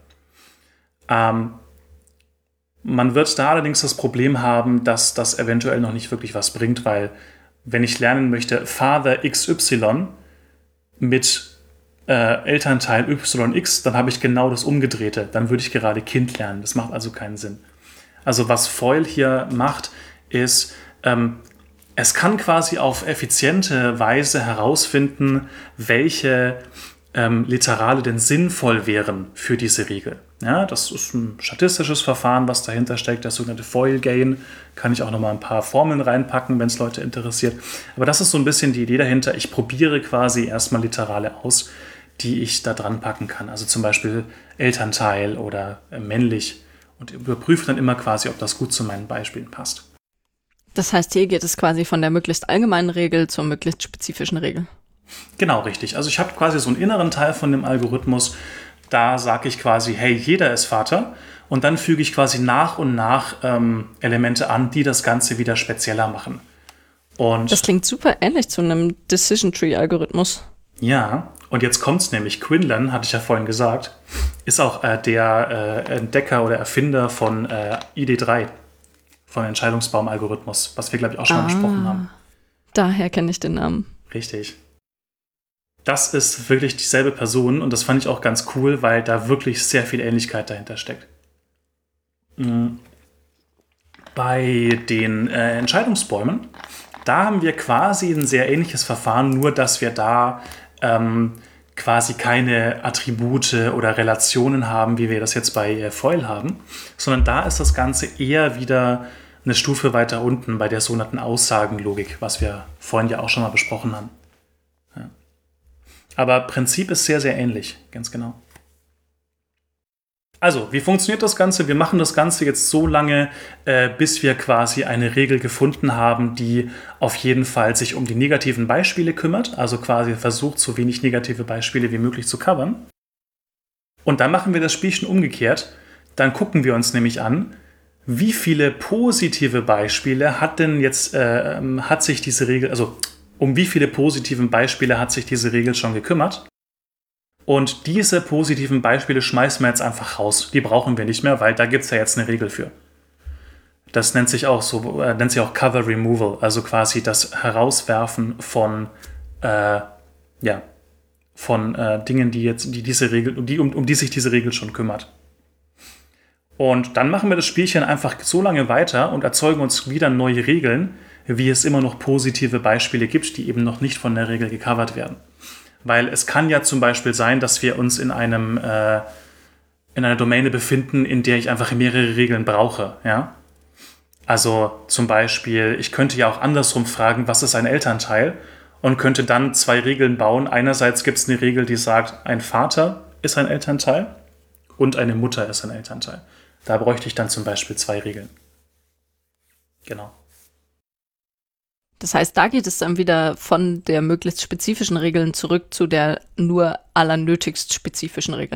Man wird da allerdings das Problem haben, dass das eventuell noch nicht wirklich was bringt, weil wenn ich lernen möchte, Father XY mit Elternteil YX, dann habe ich genau das Umgedrehte. Dann würde ich gerade Kind lernen. Das macht also keinen Sinn. Also was Foil hier macht, ist, es kann quasi auf effiziente Weise herausfinden, welche Literale denn sinnvoll wären für diese Regel. Ja, das ist ein statistisches Verfahren, was dahinter steckt, das sogenannte Foil Gain. Kann ich auch noch mal ein paar Formeln reinpacken, wenn es Leute interessiert. Aber das ist so ein bisschen die Idee dahinter. Ich probiere quasi erstmal Literale aus, die ich da dran packen kann. Also zum Beispiel Elternteil oder männlich und überprüfe dann immer quasi, ob das gut zu meinen Beispielen passt. Das heißt, hier geht es quasi von der möglichst allgemeinen Regel zur möglichst spezifischen Regel. Genau, richtig. Also ich habe quasi so einen inneren Teil von dem Algorithmus, da sage ich quasi, hey, jeder ist Vater. Und dann füge ich quasi nach und nach Elemente an, die das Ganze wieder spezieller machen. Und das klingt super ähnlich zu einem Decision Tree-Algorithmus. Ja, und jetzt kommt's nämlich. Quinlan, hatte ich ja vorhin gesagt, ist auch der Entdecker oder Erfinder von ID3, von Entscheidungsbaum-Algorithmus, was wir, glaube ich, auch schon mal besprochen haben. Daher kenne ich den Namen. Richtig. Das ist wirklich dieselbe Person und das fand ich auch ganz cool, weil da wirklich sehr viel Ähnlichkeit dahinter steckt. Bei den Entscheidungsbäumen, da haben wir quasi ein sehr ähnliches Verfahren, nur dass wir da quasi keine Attribute oder Relationen haben, wie wir das jetzt bei Foil haben, sondern da ist das Ganze eher wieder eine Stufe weiter unten bei der sogenannten Aussagenlogik, was wir vorhin ja auch schon mal besprochen haben. Ja. Aber Prinzip ist sehr, sehr ähnlich, ganz genau. Also, wie funktioniert das Ganze? Wir machen das Ganze jetzt so lange, bis wir quasi eine Regel gefunden haben, die auf jeden Fall sich um die negativen Beispiele kümmert, also quasi versucht, so wenig negative Beispiele wie möglich zu covern. Und dann machen wir das Spielchen umgekehrt. Dann gucken wir uns nämlich an, wie viele positive Beispiele hat denn jetzt, hat sich diese Regel, also um wie viele positiven Beispiele hat sich diese Regel schon gekümmert? Und diese positiven Beispiele schmeißen wir jetzt einfach raus. Die brauchen wir nicht mehr, weil da gibt es ja jetzt eine Regel für. Das nennt sich auch Cover Removal, also quasi das Herauswerfen von Dingen, um die sich diese Regel schon kümmert. Und dann machen wir das Spielchen einfach so lange weiter und erzeugen uns wieder neue Regeln, wie es immer noch positive Beispiele gibt, die eben noch nicht von der Regel gecovert werden. Weil es kann ja zum Beispiel sein, dass wir uns in einer Domäne befinden, in der ich einfach mehrere Regeln brauche. Ja? Also zum Beispiel, ich könnte ja auch andersrum fragen, was ist ein Elternteil? Und könnte dann 2 Regeln bauen. Einerseits gibt es eine Regel, die sagt, ein Vater ist ein Elternteil und eine Mutter ist ein Elternteil. Da bräuchte ich dann zum Beispiel 2 Regeln. Genau. Das heißt, da geht es dann wieder von der möglichst spezifischen Regel zurück zu der nur allernötigst spezifischen Regel.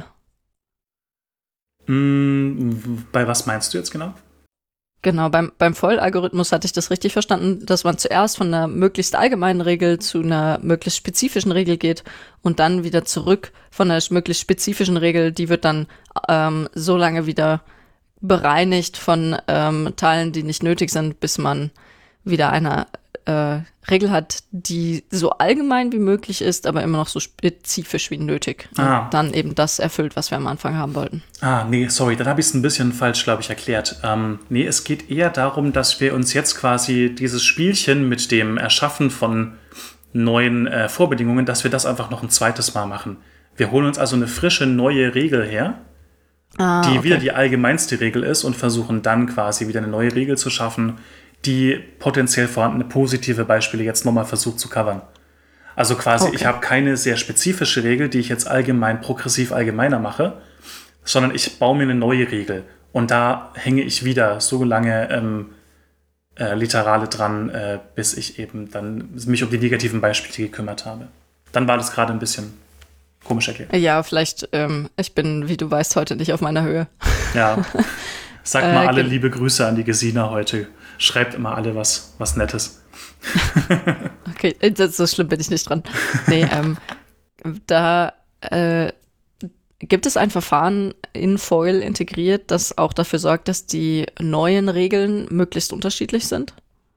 Bei was meinst du jetzt genau? Genau, beim Voll-Algorithmus hatte ich das richtig verstanden, dass man zuerst von einer möglichst allgemeinen Regel zu einer möglichst spezifischen Regel geht und dann wieder zurück von einer möglichst spezifischen Regel, die wird dann so lange wieder bereinigt von Teilen, die nicht nötig sind, bis man wieder eine Regel hat, die so allgemein wie möglich ist, aber immer noch so spezifisch wie nötig. Und dann eben das erfüllt, was wir am Anfang haben wollten. Nee, sorry, dann habe ich es ein bisschen falsch, glaube ich, erklärt. Nee, es geht eher darum, dass wir uns jetzt quasi dieses Spielchen mit dem Erschaffen von neuen Vorbedingungen, dass wir das einfach noch ein zweites Mal machen. Wir holen uns also eine frische, neue Regel her, die wieder die allgemeinste Regel ist und versuchen dann quasi wieder eine neue Regel zu schaffen, die potenziell vorhandene positive Beispiele jetzt nochmal versucht zu covern. Also quasi, ich habe keine sehr spezifische Regel, die ich jetzt allgemein progressiv allgemeiner mache, sondern ich baue mir eine neue Regel. Und da hänge ich wieder so lange Literale dran, bis ich eben dann mich um die negativen Beispiele gekümmert habe. Dann war das gerade ein bisschen komisch erklärt. Ja, vielleicht, ich bin, wie du weißt, heute nicht auf meiner Höhe. Ja, sagt mal alle liebe Grüße an die Gesina heute. Schreibt immer alle was Nettes. Okay, so schlimm bin ich nicht dran. Nee, da gibt es ein Verfahren in Foil integriert, das auch dafür sorgt, dass die neuen Regeln möglichst unterschiedlich sind?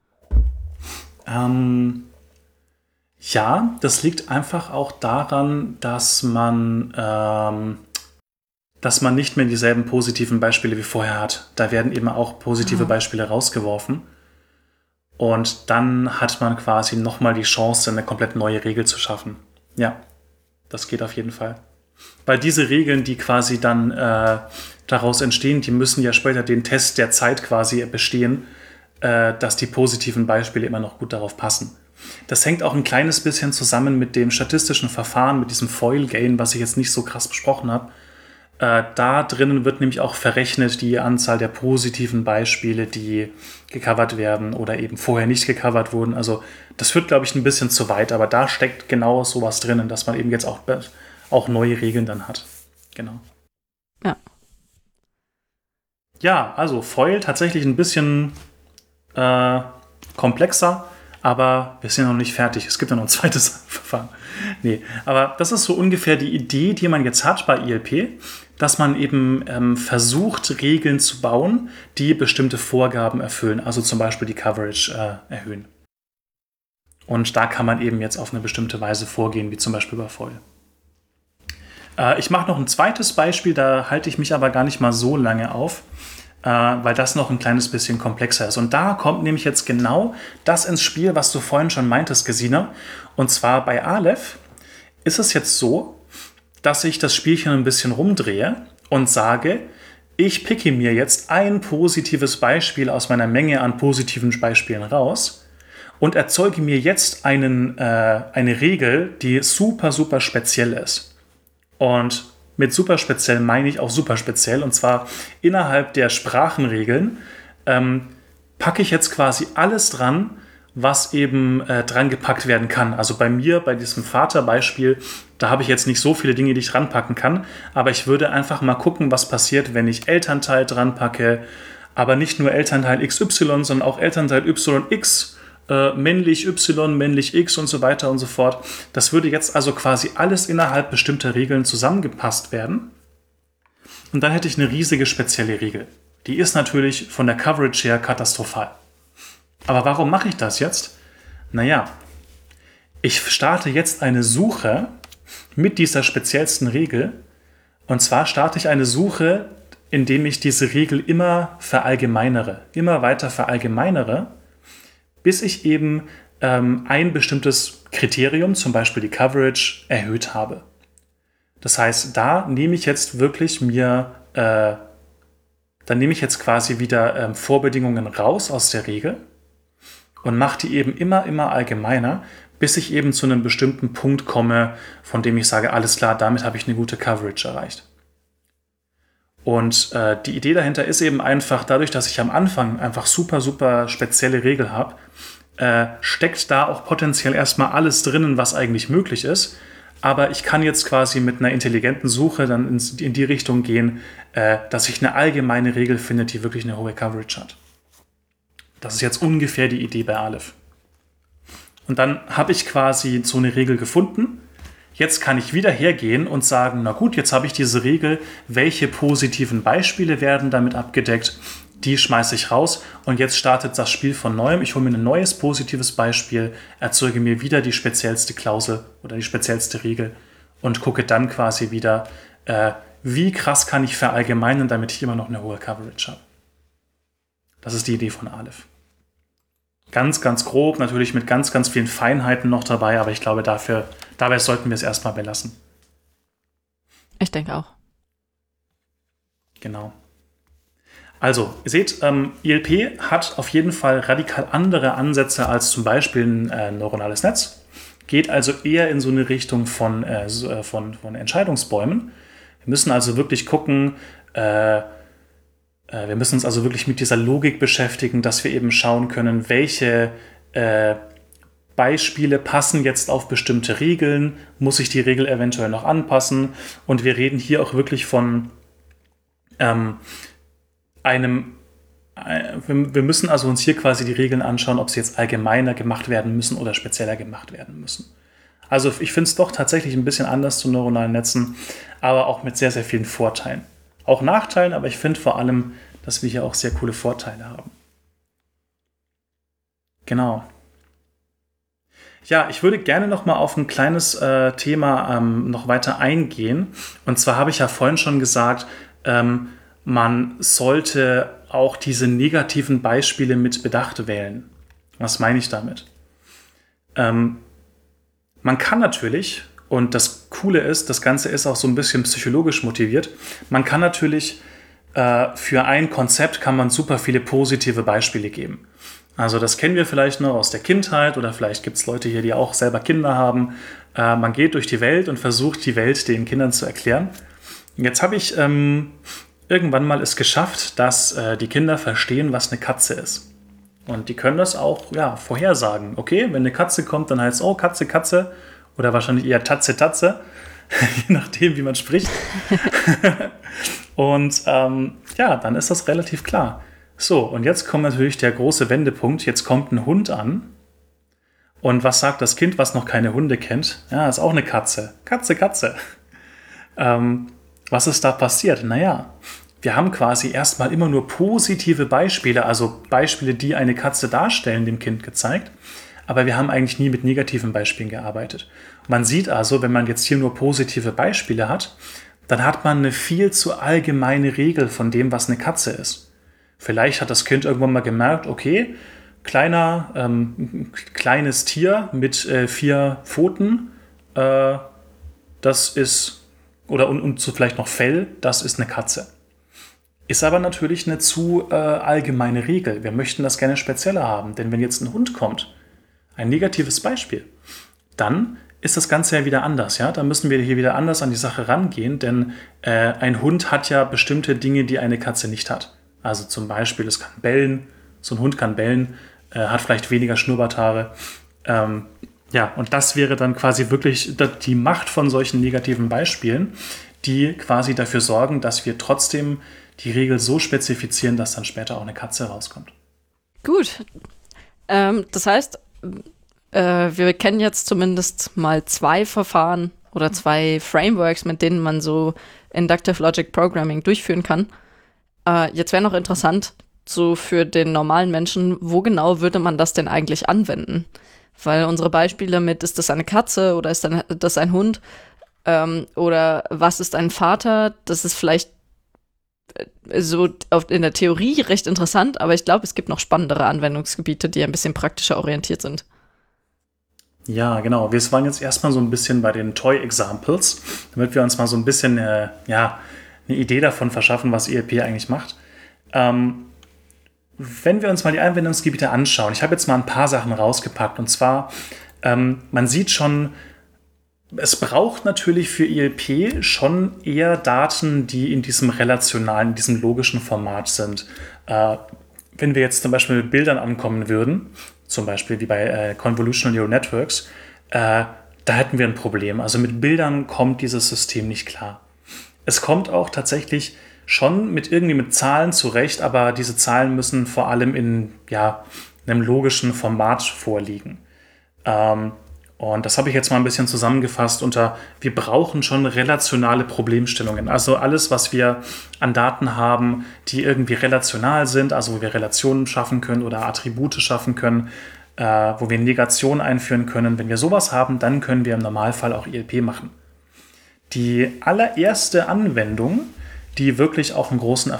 Ja, das liegt einfach auch daran, dass man nicht mehr dieselben positiven Beispiele wie vorher hat. Da werden eben auch positive Beispiele rausgeworfen. Und dann hat man quasi nochmal die Chance, eine komplett neue Regel zu schaffen. Ja, das geht auf jeden Fall. Weil diese Regeln, die quasi dann daraus entstehen, die müssen ja später den Test der Zeit quasi bestehen, dass die positiven Beispiele immer noch gut darauf passen. Das hängt auch ein kleines bisschen zusammen mit dem statistischen Verfahren, mit diesem Foil-Gain, was ich jetzt nicht so krass besprochen habe. Da drinnen wird nämlich auch verrechnet die Anzahl der positiven Beispiele, die gecovert werden oder eben vorher nicht gecovert wurden. Also das führt, glaube ich, ein bisschen zu weit, aber da steckt genau sowas drinnen, dass man eben jetzt auch neue Regeln dann hat. Genau. Ja. Ja, also Foil tatsächlich ein bisschen komplexer, aber wir sind noch nicht fertig. Es gibt ja noch ein zweites Verfahren. Nee, aber das ist so ungefähr die Idee, die man jetzt hat bei ILP, dass man eben versucht, Regeln zu bauen, die bestimmte Vorgaben erfüllen, also zum Beispiel die Coverage erhöhen. Und da kann man eben jetzt auf eine bestimmte Weise vorgehen, wie zum Beispiel bei Foil. Ich mache noch ein zweites Beispiel, da halte ich mich aber gar nicht mal so lange auf, weil das noch ein kleines bisschen komplexer ist. Und da kommt nämlich jetzt genau das ins Spiel, was du vorhin schon meintest, Gesina. Und zwar bei Aleph ist es jetzt so, dass ich das Spielchen ein bisschen rumdrehe und sage, ich picke mir jetzt ein positives Beispiel aus meiner Menge an positiven Beispielen raus und erzeuge mir jetzt eine Regel, die super, super speziell ist. Und mit super speziell meine ich auch super speziell. Und zwar innerhalb der Sprachenregeln packe ich jetzt quasi alles dran, was eben dran gepackt werden kann. Also bei mir, bei diesem Vaterbeispiel, da habe ich jetzt nicht so viele Dinge, die ich ranpacken kann. Aber ich würde einfach mal gucken, was passiert, wenn ich Elternteil dran packe. Aber nicht nur Elternteil XY, sondern auch Elternteil YX, männlich Y, männlich X und so weiter und so fort. Das würde jetzt also quasi alles innerhalb bestimmter Regeln zusammengepasst werden. Und dann hätte ich eine riesige spezielle Regel. Die ist natürlich von der Coverage her katastrophal. Aber warum mache ich das jetzt? Naja, ich starte jetzt eine Suche mit dieser speziellsten Regel. Und zwar starte ich eine Suche, indem ich diese Regel immer verallgemeinere, immer weiter verallgemeinere, bis ich eben ein bestimmtes Kriterium, zum Beispiel die Coverage, erhöht habe. Das heißt, da nehme ich jetzt wirklich quasi wieder Vorbedingungen raus aus der Regel und mache die eben immer allgemeiner, bis ich eben zu einem bestimmten Punkt komme, von dem ich sage, alles klar, damit habe ich eine gute Coverage erreicht. Und die Idee dahinter ist eben einfach, dadurch, dass ich am Anfang einfach super, super spezielle Regel habe, steckt da auch potenziell erstmal alles drinnen, was eigentlich möglich ist. Aber ich kann jetzt quasi mit einer intelligenten Suche dann in die Richtung gehen, dass ich eine allgemeine Regel finde, die wirklich eine hohe Coverage hat. Das ist jetzt ungefähr die Idee bei Aleph. Und dann habe ich quasi so eine Regel gefunden. Jetzt kann ich wieder hergehen und sagen, na gut, jetzt habe ich diese Regel, welche positiven Beispiele werden damit abgedeckt? Die schmeiße ich raus und jetzt startet das Spiel von neuem. Ich hole mir ein neues positives Beispiel, erzeuge mir wieder die speziellste Klausel oder die speziellste Regel und gucke dann quasi wieder, wie krass kann ich verallgemeinern, damit ich immer noch eine hohe Coverage habe. Das ist die Idee von Aleph. Ganz, ganz grob, natürlich mit ganz, ganz vielen Feinheiten noch dabei, aber ich glaube, dabei sollten wir es erstmal belassen. Ich denke auch. Genau. Also, ihr seht, ILP hat auf jeden Fall radikal andere Ansätze als zum Beispiel ein neuronales Netz. Geht also eher in so eine Richtung von Entscheidungsbäumen. Wir müssen also wirklich gucken, wir müssen uns also wirklich mit dieser Logik beschäftigen, dass wir eben schauen können, welche Beispiele passen jetzt auf bestimmte Regeln, muss ich die Regel eventuell noch anpassen. Und wir reden hier auch wirklich von wir müssen also uns hier quasi die Regeln anschauen, ob sie jetzt allgemeiner gemacht werden müssen oder spezieller gemacht werden müssen. Also ich finde es doch tatsächlich ein bisschen anders zu neuronalen Netzen, aber auch mit sehr, sehr vielen Vorteilen. Auch Nachteilen, aber ich finde vor allem, dass wir hier auch sehr coole Vorteile haben. Genau. Ja, ich würde gerne noch mal auf ein kleines Thema noch weiter eingehen. Und zwar habe ich ja vorhin schon gesagt, man sollte auch diese negativen Beispiele mit Bedacht wählen. Was meine ich damit? Man kann natürlich, und das Coole ist, das Ganze ist auch so ein bisschen psychologisch motiviert, man kann natürlich für ein Konzept kann man super viele positive Beispiele geben. Also das kennen wir vielleicht noch aus der Kindheit oder vielleicht gibt es Leute hier, die auch selber Kinder haben. Man geht durch die Welt und versucht, die Welt den Kindern zu erklären. Jetzt habe ich irgendwann mal es geschafft, dass die Kinder verstehen, was eine Katze ist. Und die können das auch vorhersagen. Okay, wenn eine Katze kommt, dann heißt es, oh, Katze, Katze. Oder wahrscheinlich eher Tatze, Tatze. Je nachdem, wie man spricht. Und dann ist das relativ klar. So, und jetzt kommt natürlich der große Wendepunkt. Jetzt kommt ein Hund an. Und was sagt das Kind, was noch keine Hunde kennt? Ja, ist auch eine Katze. Katze, Katze. Was ist da passiert? Naja, wir haben quasi erstmal immer nur positive Beispiele, also Beispiele, die eine Katze darstellen, dem Kind gezeigt. Aber wir haben eigentlich nie mit negativen Beispielen gearbeitet. Man sieht also, wenn man jetzt hier nur positive Beispiele hat, dann hat man eine viel zu allgemeine Regel von dem, was eine Katze ist. Vielleicht hat das Kind irgendwann mal gemerkt, okay, kleines Tier mit 4 Pfoten, das ist, und so vielleicht noch Fell, das ist eine Katze. Ist aber natürlich eine zu allgemeine Regel. Wir möchten das gerne spezieller haben, denn wenn jetzt ein Hund kommt, ein negatives Beispiel, dann ist das Ganze ja wieder anders. Ja? Da müssen wir hier wieder anders an die Sache rangehen, denn ein Hund hat ja bestimmte Dinge, die eine Katze nicht hat. Also zum Beispiel, es kann bellen, so ein Hund kann bellen, hat vielleicht weniger Schnurrbarthaare. Und das wäre dann quasi wirklich die Macht von solchen negativen Beispielen, die quasi dafür sorgen, dass wir trotzdem die Regel so spezifizieren, dass dann später auch eine Katze rauskommt. Gut. Das heißt, wir kennen jetzt zumindest mal 2 Verfahren oder 2 Frameworks, mit denen man so Inductive Logic Programming durchführen kann. Jetzt wäre noch interessant, so für den normalen Menschen, wo genau würde man das denn eigentlich anwenden? Weil unsere Beispiele mit, ist das eine Katze oder ist das ein Hund oder was ist ein Vater, das ist vielleicht so in der Theorie recht interessant, aber ich glaube, es gibt noch spannendere Anwendungsgebiete, die ein bisschen praktischer orientiert sind. Ja, genau. Wir waren jetzt erstmal so ein bisschen bei den Toy-Examples, damit wir uns mal so ein bisschen eine Idee davon verschaffen, was ILP eigentlich macht. Wenn wir uns mal die Anwendungsgebiete anschauen, ich habe jetzt mal ein paar Sachen rausgepackt. Und zwar, man sieht schon, es braucht natürlich für ILP schon eher Daten, die in diesem relationalen, in diesem logischen Format sind. Wenn wir jetzt zum Beispiel mit Bildern ankommen würden, zum Beispiel wie bei Convolutional Neural Networks, da hätten wir ein Problem. Also mit Bildern kommt dieses System nicht klar. Es kommt auch tatsächlich schon mit Zahlen zurecht, aber diese Zahlen müssen vor allem in einem logischen Format vorliegen. Und das habe ich jetzt mal ein bisschen zusammengefasst unter, wir brauchen schon relationale Problemstellungen. Also alles, was wir an Daten haben, die irgendwie relational sind, also wo wir Relationen schaffen können oder Attribute schaffen können, wo wir Negation einführen können. Wenn wir sowas haben, dann können wir im Normalfall auch ILP machen. Die allererste Anwendung, die wirklich auch zu einem großen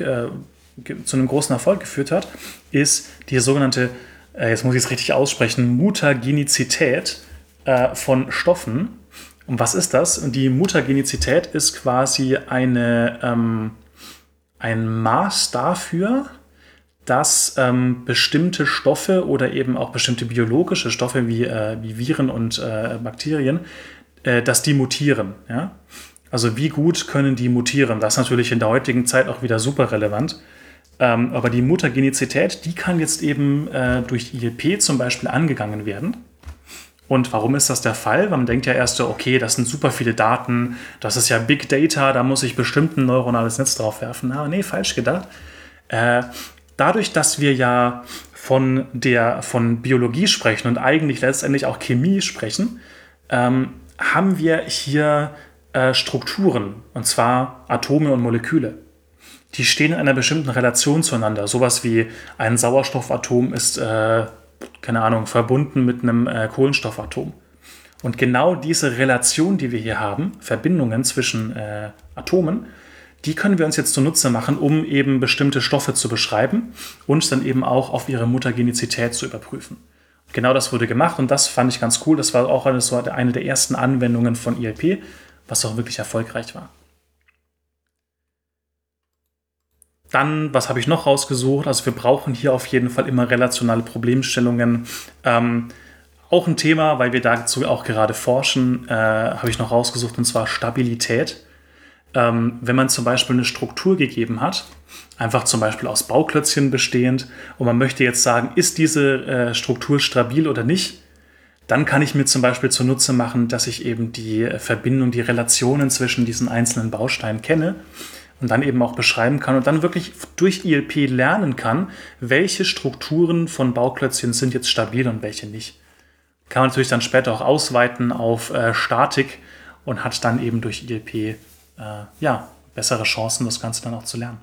Erfolg geführt hat, ist die sogenannte, jetzt muss ich es richtig aussprechen, Mutagenizität von Stoffen. Und was ist das? Die Mutagenizität ist quasi ein Maß dafür, dass bestimmte Stoffe oder eben auch bestimmte biologische Stoffe wie Viren und Bakterien, dass die mutieren. Ja? Also wie gut können die mutieren? Das ist natürlich in der heutigen Zeit auch wieder super relevant. Aber die Mutagenizität, die kann jetzt eben durch ILP zum Beispiel angegangen werden. Und warum ist das der Fall? Man denkt ja erst, okay, das sind super viele Daten, das ist ja Big Data, da muss ich bestimmt ein neuronales Netz drauf werfen. Aber nee, falsch gedacht. Dadurch, dass wir ja von Biologie sprechen und eigentlich letztendlich auch Chemie sprechen, haben wir hier Strukturen, und zwar Atome und Moleküle. Die stehen in einer bestimmten Relation zueinander. Sowas wie ein Sauerstoffatom ist, verbunden mit einem Kohlenstoffatom. Und genau diese Relation, die wir hier haben, Verbindungen zwischen Atomen, die können wir uns jetzt zunutze machen, um eben bestimmte Stoffe zu beschreiben und dann eben auch auf ihre Mutagenizität zu überprüfen. Und genau das wurde gemacht und das fand ich ganz cool. Das war auch eine der ersten Anwendungen von ILP, was auch wirklich erfolgreich war. Dann, was habe ich noch rausgesucht? Also wir brauchen hier auf jeden Fall immer relationale Problemstellungen. Auch ein Thema, weil wir dazu auch gerade forschen, habe ich noch rausgesucht, und zwar Stabilität. Wenn man zum Beispiel eine Struktur gegeben hat, einfach zum Beispiel aus Bauklötzchen bestehend, und man möchte jetzt sagen, ist diese Struktur stabil oder nicht, dann kann ich mir zum Beispiel zunutze machen, dass ich eben die Verbindung, die Relationen zwischen diesen einzelnen Bausteinen kenne und dann eben auch beschreiben kann und dann wirklich durch ILP lernen kann, welche Strukturen von Bauklötzchen sind jetzt stabil und welche nicht. Kann man natürlich dann später auch ausweiten auf Statik und hat dann eben durch ILP bessere Chancen, das Ganze dann auch zu lernen.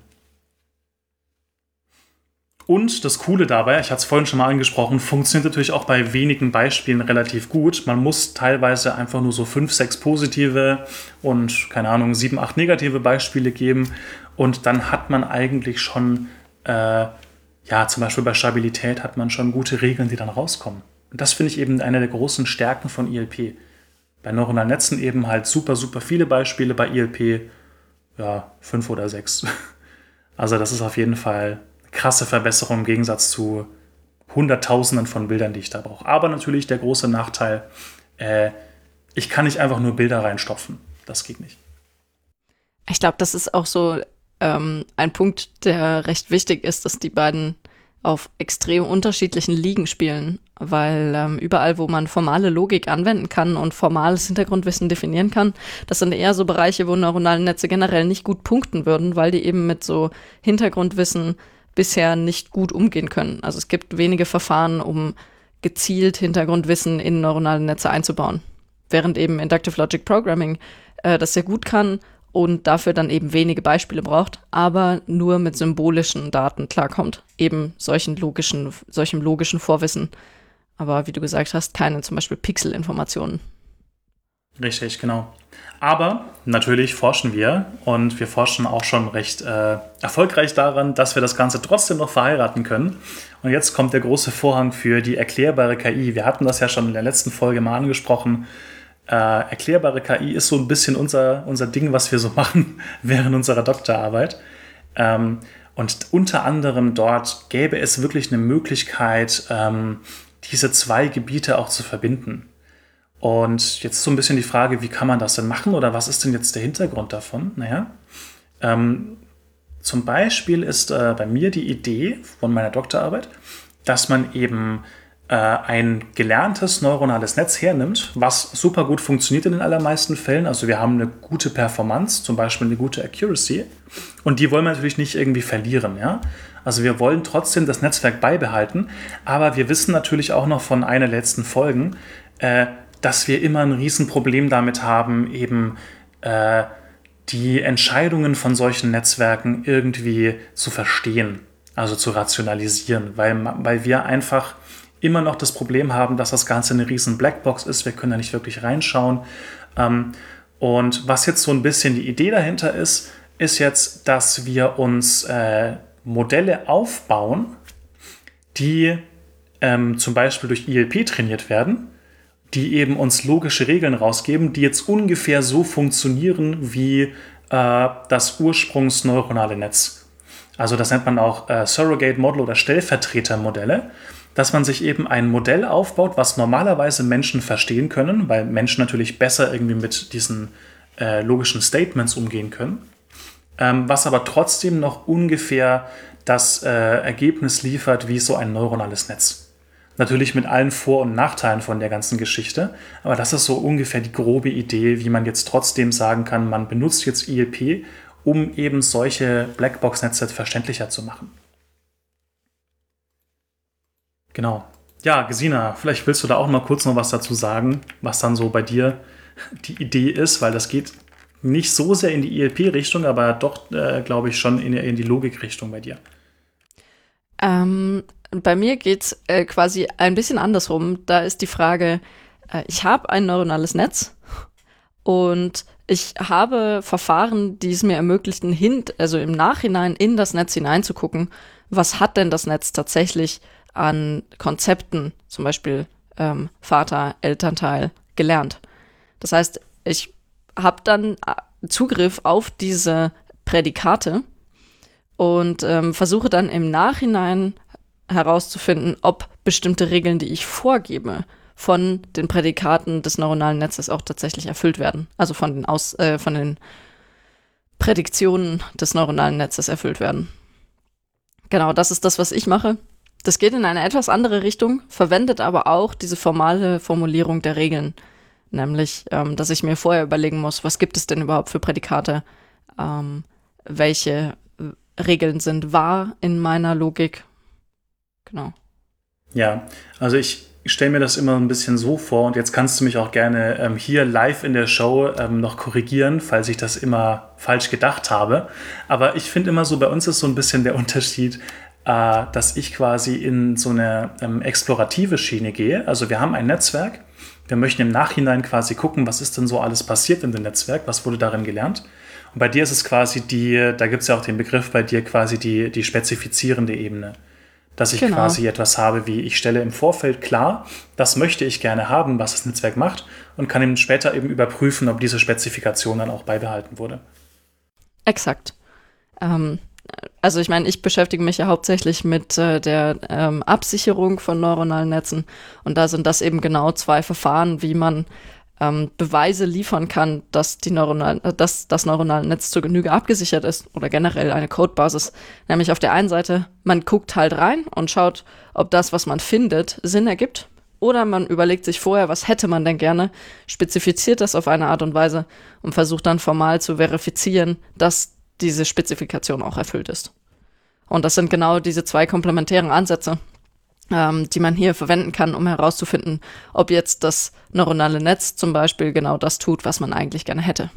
Und das Coole dabei, ich hatte es vorhin schon mal angesprochen, funktioniert natürlich auch bei wenigen Beispielen relativ gut. Man muss teilweise einfach nur so 5, 6 positive und, 7, 8 negative Beispiele geben. Und dann hat man eigentlich schon, zum Beispiel bei Stabilität hat man schon gute Regeln, die dann rauskommen. Und das finde ich eben eine der großen Stärken von ILP. Bei neuronalen Netzen eben halt super, super viele Beispiele, bei ILP 5 oder 6. Also das ist auf jeden Fall krasse Verbesserung im Gegensatz zu Hunderttausenden von Bildern, die ich da brauche. Aber natürlich der große Nachteil, ich kann nicht einfach nur Bilder reinstopfen. Das geht nicht. Ich glaube, das ist auch so ein Punkt, der recht wichtig ist, dass die beiden auf extrem unterschiedlichen Ligen spielen, weil überall, wo man formale Logik anwenden kann und formales Hintergrundwissen definieren kann, das sind eher so Bereiche, wo neuronale Netze generell nicht gut punkten würden, weil die eben mit so Hintergrundwissen bisher nicht gut umgehen können. Also es gibt wenige Verfahren, um gezielt Hintergrundwissen in neuronale Netze einzubauen. Während eben Inductive Logic Programming das sehr gut kann und dafür dann eben wenige Beispiele braucht, aber nur mit symbolischen Daten klarkommt. Eben solchem logischen Vorwissen. Aber wie du gesagt hast, keine zum Beispiel Pixelinformationen. Richtig, genau. Aber natürlich forschen wir und wir forschen auch schon recht erfolgreich daran, dass wir das Ganze trotzdem noch verheiraten können. Und jetzt kommt der große Vorhang für die erklärbare KI. Wir hatten das ja schon in der letzten Folge mal angesprochen. Erklärbare KI ist so ein bisschen unser Ding, was wir so machen während unserer Doktorarbeit. Und unter anderem dort gäbe es wirklich eine Möglichkeit, diese zwei Gebiete auch zu verbinden. Und jetzt so ein bisschen die Frage, wie kann man das denn machen oder was ist denn jetzt der Hintergrund davon? Naja, zum Beispiel ist bei mir die Idee von meiner Doktorarbeit, dass man eben ein gelerntes neuronales Netz hernimmt, was super gut funktioniert in den allermeisten Fällen. Also wir haben eine gute Performance, zum Beispiel eine gute Accuracy. Und die wollen wir natürlich nicht irgendwie verlieren. Ja? Also wir wollen trotzdem das Netzwerk beibehalten. Aber wir wissen natürlich auch noch von einer der letzten Folgen, dass wir immer ein Riesenproblem damit haben, eben die Entscheidungen von solchen Netzwerken irgendwie zu verstehen, also zu rationalisieren, weil wir einfach immer noch das Problem haben, dass das Ganze eine riesen Blackbox ist. Wir können da nicht wirklich reinschauen. Und was jetzt so ein bisschen die Idee dahinter ist jetzt, dass wir uns Modelle aufbauen, die zum Beispiel durch ILP trainiert werden, die eben uns logische Regeln rausgeben, die jetzt ungefähr so funktionieren wie das ursprungsneuronale Netz. Also das nennt man auch Surrogate Model oder Stellvertretermodelle, dass man sich eben ein Modell aufbaut, was normalerweise Menschen verstehen können, weil Menschen natürlich besser irgendwie mit diesen logischen Statements umgehen können, was aber trotzdem noch ungefähr das Ergebnis liefert wie so ein neuronales Netz. Natürlich mit allen Vor- und Nachteilen von der ganzen Geschichte, aber das ist so ungefähr die grobe Idee, wie man jetzt trotzdem sagen kann, man benutzt jetzt ILP, um eben solche Blackbox-Netze verständlicher zu machen. Genau. Ja, Gesina, vielleicht willst du da auch mal kurz noch was dazu sagen, was dann so bei dir die Idee ist, weil das geht nicht so sehr in die ILP-Richtung, aber doch, glaube ich, schon in die Logik-Richtung bei dir. Bei mir geht's quasi ein bisschen andersrum. Da ist die Frage, ich habe ein neuronales Netz und ich habe Verfahren, die es mir ermöglichten, also im Nachhinein in das Netz hineinzugucken, was hat denn das Netz tatsächlich an Konzepten, zum Beispiel Vater, Elternteil, gelernt. Das heißt, ich habe dann Zugriff auf diese Prädikate und versuche dann im Nachhinein herauszufinden, ob bestimmte Regeln, die ich vorgebe, von den Prädikaten des neuronalen Netzes auch tatsächlich erfüllt werden. Also von den Prädiktionen des neuronalen Netzes erfüllt werden. Genau, das ist das, was ich mache. Das geht in eine etwas andere Richtung, verwendet aber auch diese formale Formulierung der Regeln. Nämlich, dass ich mir vorher überlegen muss, was gibt es denn überhaupt für Prädikate, welche Regeln sind wahr in meiner Logik. Genau. Ja, also ich stelle mir das immer ein bisschen so vor und jetzt kannst du mich auch gerne hier live in der Show noch korrigieren, falls ich das immer falsch gedacht habe. Aber ich finde immer so, bei uns ist so ein bisschen der Unterschied, dass ich quasi in so eine explorative Schiene gehe. Also wir haben ein Netzwerk, wir möchten im Nachhinein quasi gucken, was ist denn so alles passiert in dem Netzwerk, was wurde darin gelernt. Und bei dir ist es quasi da gibt es ja auch den Begriff bei dir quasi die spezifizierende Ebene. Dass ich quasi etwas habe, wie ich stelle im Vorfeld klar, das möchte ich gerne haben, was das Netzwerk macht und kann eben später eben überprüfen, ob diese Spezifikation dann auch beibehalten wurde. Exakt. Also ich meine, ich beschäftige mich ja hauptsächlich mit der Absicherung von neuronalen Netzen und da sind das eben genau zwei Verfahren, wie man Beweise liefern kann, dass das neuronale Netz zur Genüge abgesichert ist oder generell eine Codebasis. Nämlich auf der einen Seite, man guckt halt rein und schaut, ob das, was man findet, Sinn ergibt. Oder man überlegt sich vorher, was hätte man denn gerne, spezifiziert das auf eine Art und Weise und versucht dann formal zu verifizieren, dass diese Spezifikation auch erfüllt ist. Und das sind genau diese zwei komplementären Ansätze, die man hier verwenden kann, um herauszufinden, ob jetzt das neuronale Netz zum Beispiel genau das tut, was man eigentlich gerne hätte.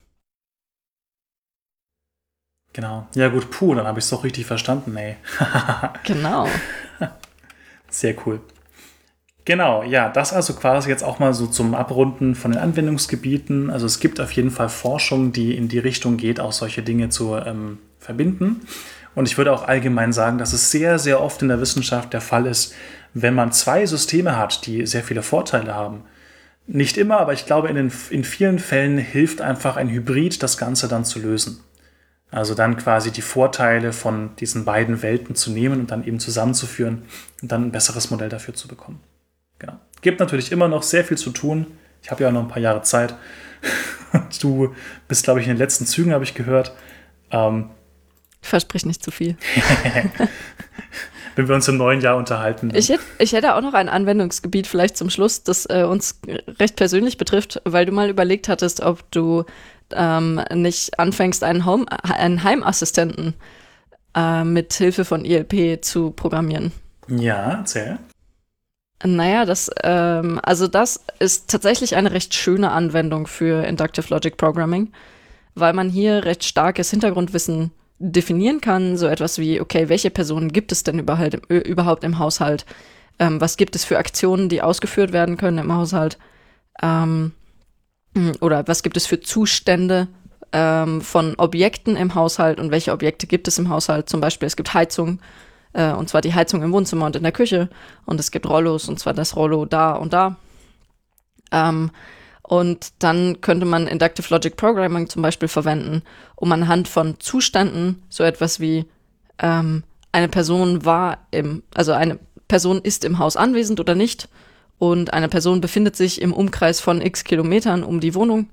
Genau. Ja gut, dann habe ich es doch richtig verstanden, ey. Genau. Sehr cool. Genau, ja, das also quasi jetzt auch mal so zum Abrunden von den Anwendungsgebieten. Also es gibt auf jeden Fall Forschung, die in die Richtung geht, auch solche Dinge zu verbinden. Und ich würde auch allgemein sagen, dass es sehr, sehr oft in der Wissenschaft der Fall ist, wenn man zwei Systeme hat, die sehr viele Vorteile haben. Nicht immer, aber ich glaube, in vielen Fällen hilft einfach ein Hybrid, das Ganze dann zu lösen. Also dann quasi die Vorteile von diesen beiden Welten zu nehmen und dann eben zusammenzuführen und dann ein besseres Modell dafür zu bekommen. Genau. Gibt natürlich immer noch sehr viel zu tun. Ich habe ja noch ein paar Jahre Zeit. Du bist, glaube ich, in den letzten Zügen, habe ich gehört. Versprich nicht zu viel. wenn wir uns im neuen Jahr unterhalten. Ich hätte auch noch ein Anwendungsgebiet vielleicht zum Schluss, das uns recht persönlich betrifft, weil du mal überlegt hattest, ob du nicht anfängst, einen Heimassistenten mit Hilfe von ILP zu programmieren. Ja, erzähl. Naja, das ist tatsächlich eine recht schöne Anwendung für Inductive Logic Programming, weil man hier recht starkes Hintergrundwissen definieren kann, so etwas wie, okay, welche Personen gibt es denn überhaupt im Haushalt? Was gibt es für Aktionen, die ausgeführt werden können im Haushalt? Oder was gibt es für Zustände von Objekten im Haushalt und welche Objekte gibt es im Haushalt? Zum Beispiel, es gibt Heizung, und zwar die Heizung im Wohnzimmer und in der Küche, und es gibt Rollos, und zwar das Rollo da und da. Und dann könnte man Inductive Logic Programming zum Beispiel verwenden, um anhand von Zuständen so etwas wie eine Person ist im Haus anwesend oder nicht, und eine Person befindet sich im Umkreis von x Kilometern um die Wohnung,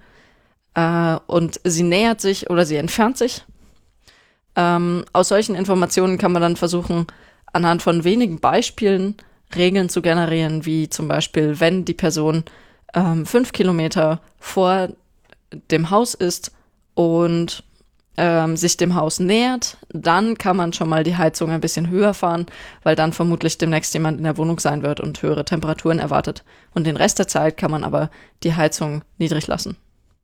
und sie nähert sich oder sie entfernt sich. Aus solchen Informationen kann man dann versuchen, anhand von wenigen Beispielen Regeln zu generieren, wie zum Beispiel, wenn die Person 5 Kilometer vor dem Haus ist und sich dem Haus nähert, dann kann man schon mal die Heizung ein bisschen höher fahren, weil dann vermutlich demnächst jemand in der Wohnung sein wird und höhere Temperaturen erwartet. Und den Rest der Zeit kann man aber die Heizung niedrig lassen.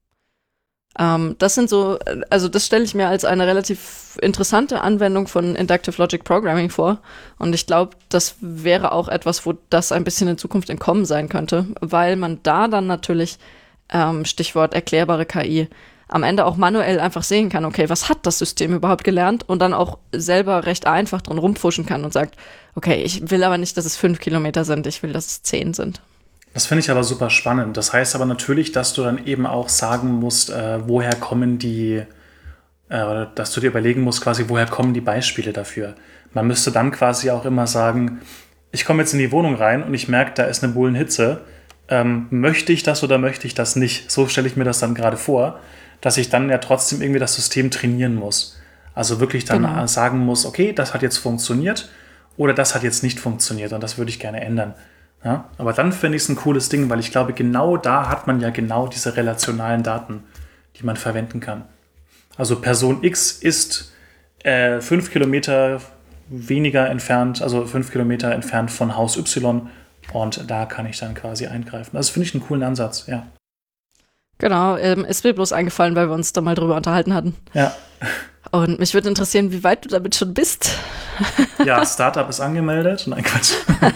Das stelle ich mir als eine relativ interessante Anwendung von Inductive Logic Programming vor. Und ich glaube, das wäre auch etwas, wo das ein bisschen in Zukunft entkommen sein könnte, weil man da dann natürlich, Stichwort erklärbare KI, am Ende auch manuell einfach sehen kann, okay, was hat das System überhaupt gelernt, und dann auch selber recht einfach drin rumpfuschen kann und sagt, okay, ich will aber nicht, dass es 5 Kilometer sind, ich will, dass es 10 sind. Das finde ich aber super spannend. Das heißt aber natürlich, dass du dann eben auch sagen musst, woher kommen oder dass du dir überlegen musst, quasi, woher kommen die Beispiele dafür. Man müsste dann quasi auch immer sagen, ich komme jetzt in die Wohnung rein und ich merke, da ist eine Bullenhitze. Möchte ich das oder möchte ich das nicht? So stelle ich mir das dann gerade vor, dass ich dann ja trotzdem irgendwie das System trainieren muss. Also wirklich dann sagen muss, okay, das hat jetzt funktioniert oder das hat jetzt nicht funktioniert, und das würde ich gerne ändern. Ja, aber dann finde ich es ein cooles Ding, weil ich glaube, genau da hat man ja genau diese relationalen Daten, die man verwenden kann. Also Person X ist 5 Kilometer weniger entfernt, also 5 Kilometer entfernt von Haus Y, und da kann ich dann quasi eingreifen. Das finde ich einen coolen Ansatz, ja. Genau, ist mir bloß eingefallen, weil wir uns da mal drüber unterhalten hatten. Ja. Und mich würde interessieren, wie weit du damit schon bist. Ja, Startup ist angemeldet. Nein, Quatsch.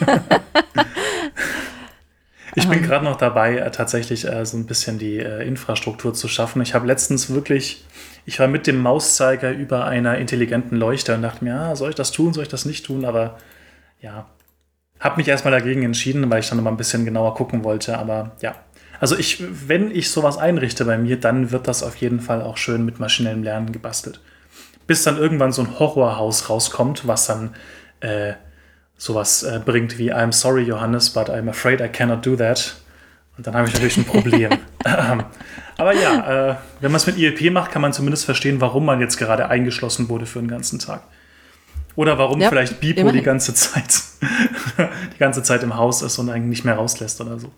Ich bin gerade noch dabei, tatsächlich so ein bisschen die Infrastruktur zu schaffen. Ich war mit dem Mauszeiger über einer intelligenten Leuchte und dachte mir, soll ich das tun, soll ich das nicht tun? Aber ja, habe mich erstmal dagegen entschieden, weil ich dann noch mal ein bisschen genauer gucken wollte. Aber ja, also wenn ich sowas einrichte bei mir, dann wird das auf jeden Fall auch schön mit maschinellem Lernen gebastelt. Bis dann irgendwann so ein Horrorhaus rauskommt, was dann sowas bringt wie I'm sorry, Johannes, but I'm afraid I cannot do that. Und dann habe ich natürlich ein Problem. Aber ja, wenn man es mit ILP macht, kann man zumindest verstehen, warum man jetzt gerade eingeschlossen wurde für den ganzen Tag. Oder warum vielleicht Bipo die ganze Zeit im Haus ist und eigentlich nicht mehr rauslässt oder so.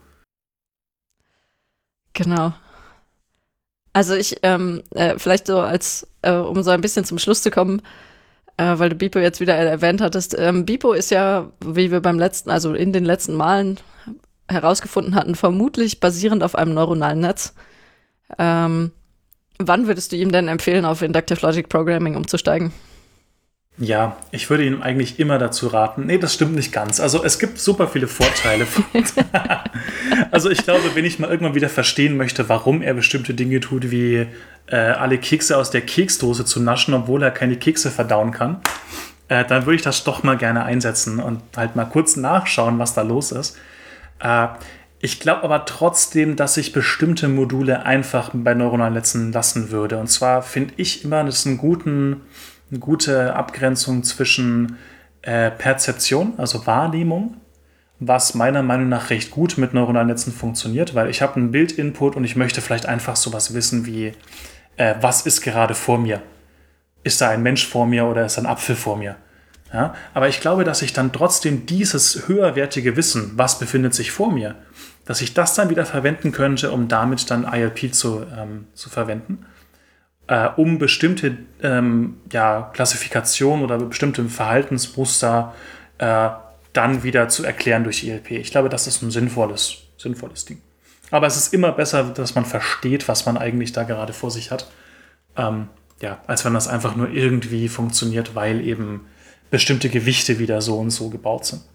Genau. Also ich, vielleicht so um so ein bisschen zum Schluss zu kommen, weil du Bipo jetzt wieder erwähnt hattest. Bipo ist ja, wie wir in den letzten Malen herausgefunden hatten, vermutlich basierend auf einem neuronalen Netz. Wann würdest du ihm denn empfehlen, auf Inductive Logic Programming umzusteigen? Ja, ich würde ihm eigentlich immer dazu raten. Nee, das stimmt nicht ganz. Also es gibt super viele Vorteile. Also ich glaube, wenn ich mal irgendwann wieder verstehen möchte, warum er bestimmte Dinge tut, wie alle Kekse aus der Keksdose zu naschen, obwohl er keine Kekse verdauen kann, dann würde ich das doch mal gerne einsetzen und halt mal kurz nachschauen, was da los ist. Ich glaube aber trotzdem, dass ich bestimmte Module einfach bei neuronalen Netzen lassen würde. Und zwar finde ich immer, das ist eine gute Abgrenzung zwischen Perzeption, also Wahrnehmung, was meiner Meinung nach recht gut mit neuronalen Netzen funktioniert, weil ich habe einen Bildinput und ich möchte vielleicht einfach sowas wissen wie, was ist gerade vor mir? Ist da ein Mensch vor mir oder ist da ein Apfel vor mir? Ja? Aber ich glaube, dass ich dann trotzdem dieses höherwertige Wissen, was befindet sich vor mir, dass ich das dann wieder verwenden könnte, um damit dann ILP zu verwenden, um bestimmte Klassifikationen oder bestimmte Verhaltensmuster dann wieder zu erklären durch ILP. Ich glaube, das ist ein sinnvolles Ding. Aber es ist immer besser, dass man versteht, was man eigentlich da gerade vor sich hat, als wenn das einfach nur irgendwie funktioniert, weil eben bestimmte Gewichte wieder so und so gebaut sind.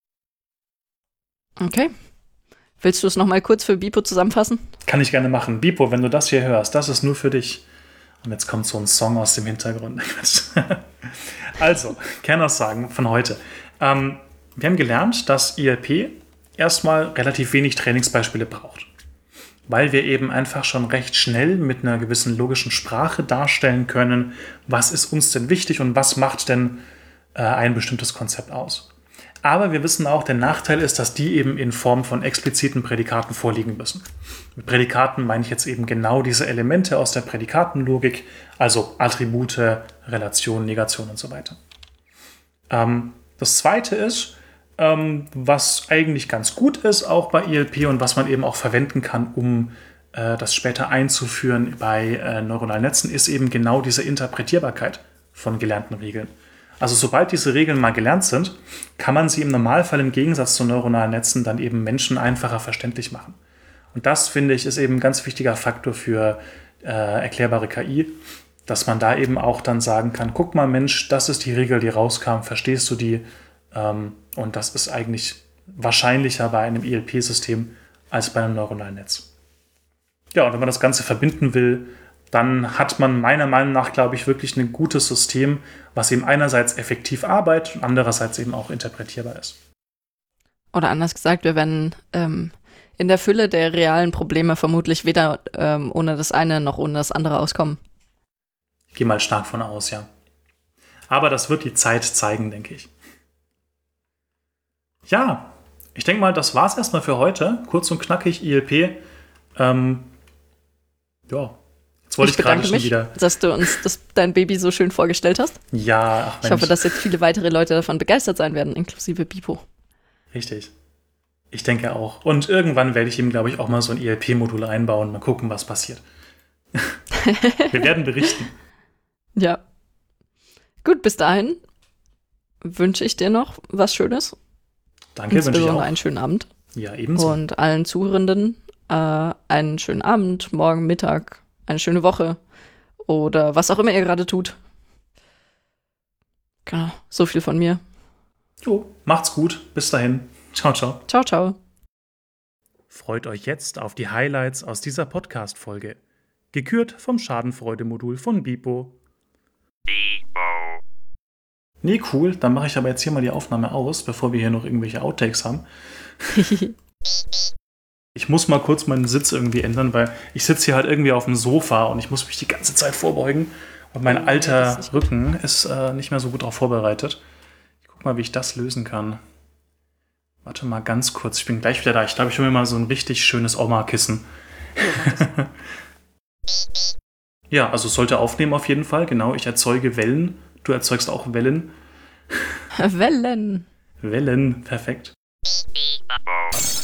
Okay. Willst du es nochmal kurz für Bipo zusammenfassen? Kann ich gerne machen. Bipo, wenn du das hier hörst, das ist nur für dich. Und jetzt kommt so ein Song aus dem Hintergrund. Also, Kernaussagen von heute. Wir haben gelernt, dass ILP erstmal relativ wenig Trainingsbeispiele braucht. Weil wir eben einfach schon recht schnell mit einer gewissen logischen Sprache darstellen können, was ist uns denn wichtig und was macht denn ein bestimmtes Konzept aus. Aber wir wissen auch, der Nachteil ist, dass die eben in Form von expliziten Prädikaten vorliegen müssen. Mit Prädikaten meine ich jetzt eben genau diese Elemente aus der Prädikatenlogik, also Attribute, Relation, Negation und so weiter. Das Zweite ist, was eigentlich ganz gut ist, auch bei ILP und was man eben auch verwenden kann, um das später einzuführen bei neuronalen Netzen, ist eben genau diese Interpretierbarkeit von gelernten Regeln. Also sobald diese Regeln mal gelernt sind, kann man sie im Normalfall im Gegensatz zu neuronalen Netzen dann eben Menschen einfacher verständlich machen. Und das, finde ich, ist eben ein ganz wichtiger Faktor für erklärbare KI, dass man da eben auch dann sagen kann, guck mal Mensch, das ist die Regel, die rauskam, verstehst du die? Und das ist eigentlich wahrscheinlicher bei einem ILP-System als bei einem neuronalen Netz. Ja, und wenn man das Ganze verbinden will, dann hat man meiner Meinung nach, glaube ich, wirklich ein gutes System, was eben einerseits effektiv arbeitet und andererseits eben auch interpretierbar ist. Oder anders gesagt, wir werden in der Fülle der realen Probleme vermutlich weder ohne das eine noch ohne das andere auskommen. Ich gehe mal stark von aus, ja. Aber das wird die Zeit zeigen, denke ich. Ja, ich denke mal, das war's erstmal für heute. Kurz und knackig ILP. Jetzt wollte ich gerade schon wieder. Dass du uns dein Baby so schön vorgestellt hast. Ja, ach Mensch. Ich hoffe, dass jetzt viele weitere Leute davon begeistert sein werden, inklusive Bipo. Richtig. Ich denke auch. Und irgendwann werde ich ihm, glaube ich, auch mal so ein ILP-Modul einbauen. Mal gucken, was passiert. Wir werden berichten. Ja. Gut, bis dahin wünsche ich dir noch was Schönes. Danke, wünsche ich auch. Einen schönen Abend. Ja, ebenso. Und allen Zuhörenden einen schönen Abend, morgen, Mittag, eine schöne Woche oder was auch immer ihr gerade tut. Genau, so viel von mir. Jo, macht's gut. Bis dahin. Ciao, ciao. Ciao, ciao. Freut euch jetzt auf die Highlights aus dieser Podcast-Folge. Gekürt vom Schadenfreude-Modul von Bipo. Nee, cool. Dann mache ich aber jetzt hier mal die Aufnahme aus, bevor wir hier noch irgendwelche Outtakes haben. Ich muss mal kurz meinen Sitz irgendwie ändern, weil ich sitze hier halt irgendwie auf dem Sofa und ich muss mich die ganze Zeit vorbeugen. Und mein alter Rücken ist nicht mehr so gut darauf vorbereitet. Ich guck mal, wie ich das lösen kann. Warte mal ganz kurz, ich bin gleich wieder da. Ich glaube, ich hole mir mal so ein richtig schönes Oma-Kissen. Ja, also es sollte aufnehmen auf jeden Fall. Genau, ich erzeuge Wellen. Du erzeugst auch Wellen. Wellen. Wellen, perfekt.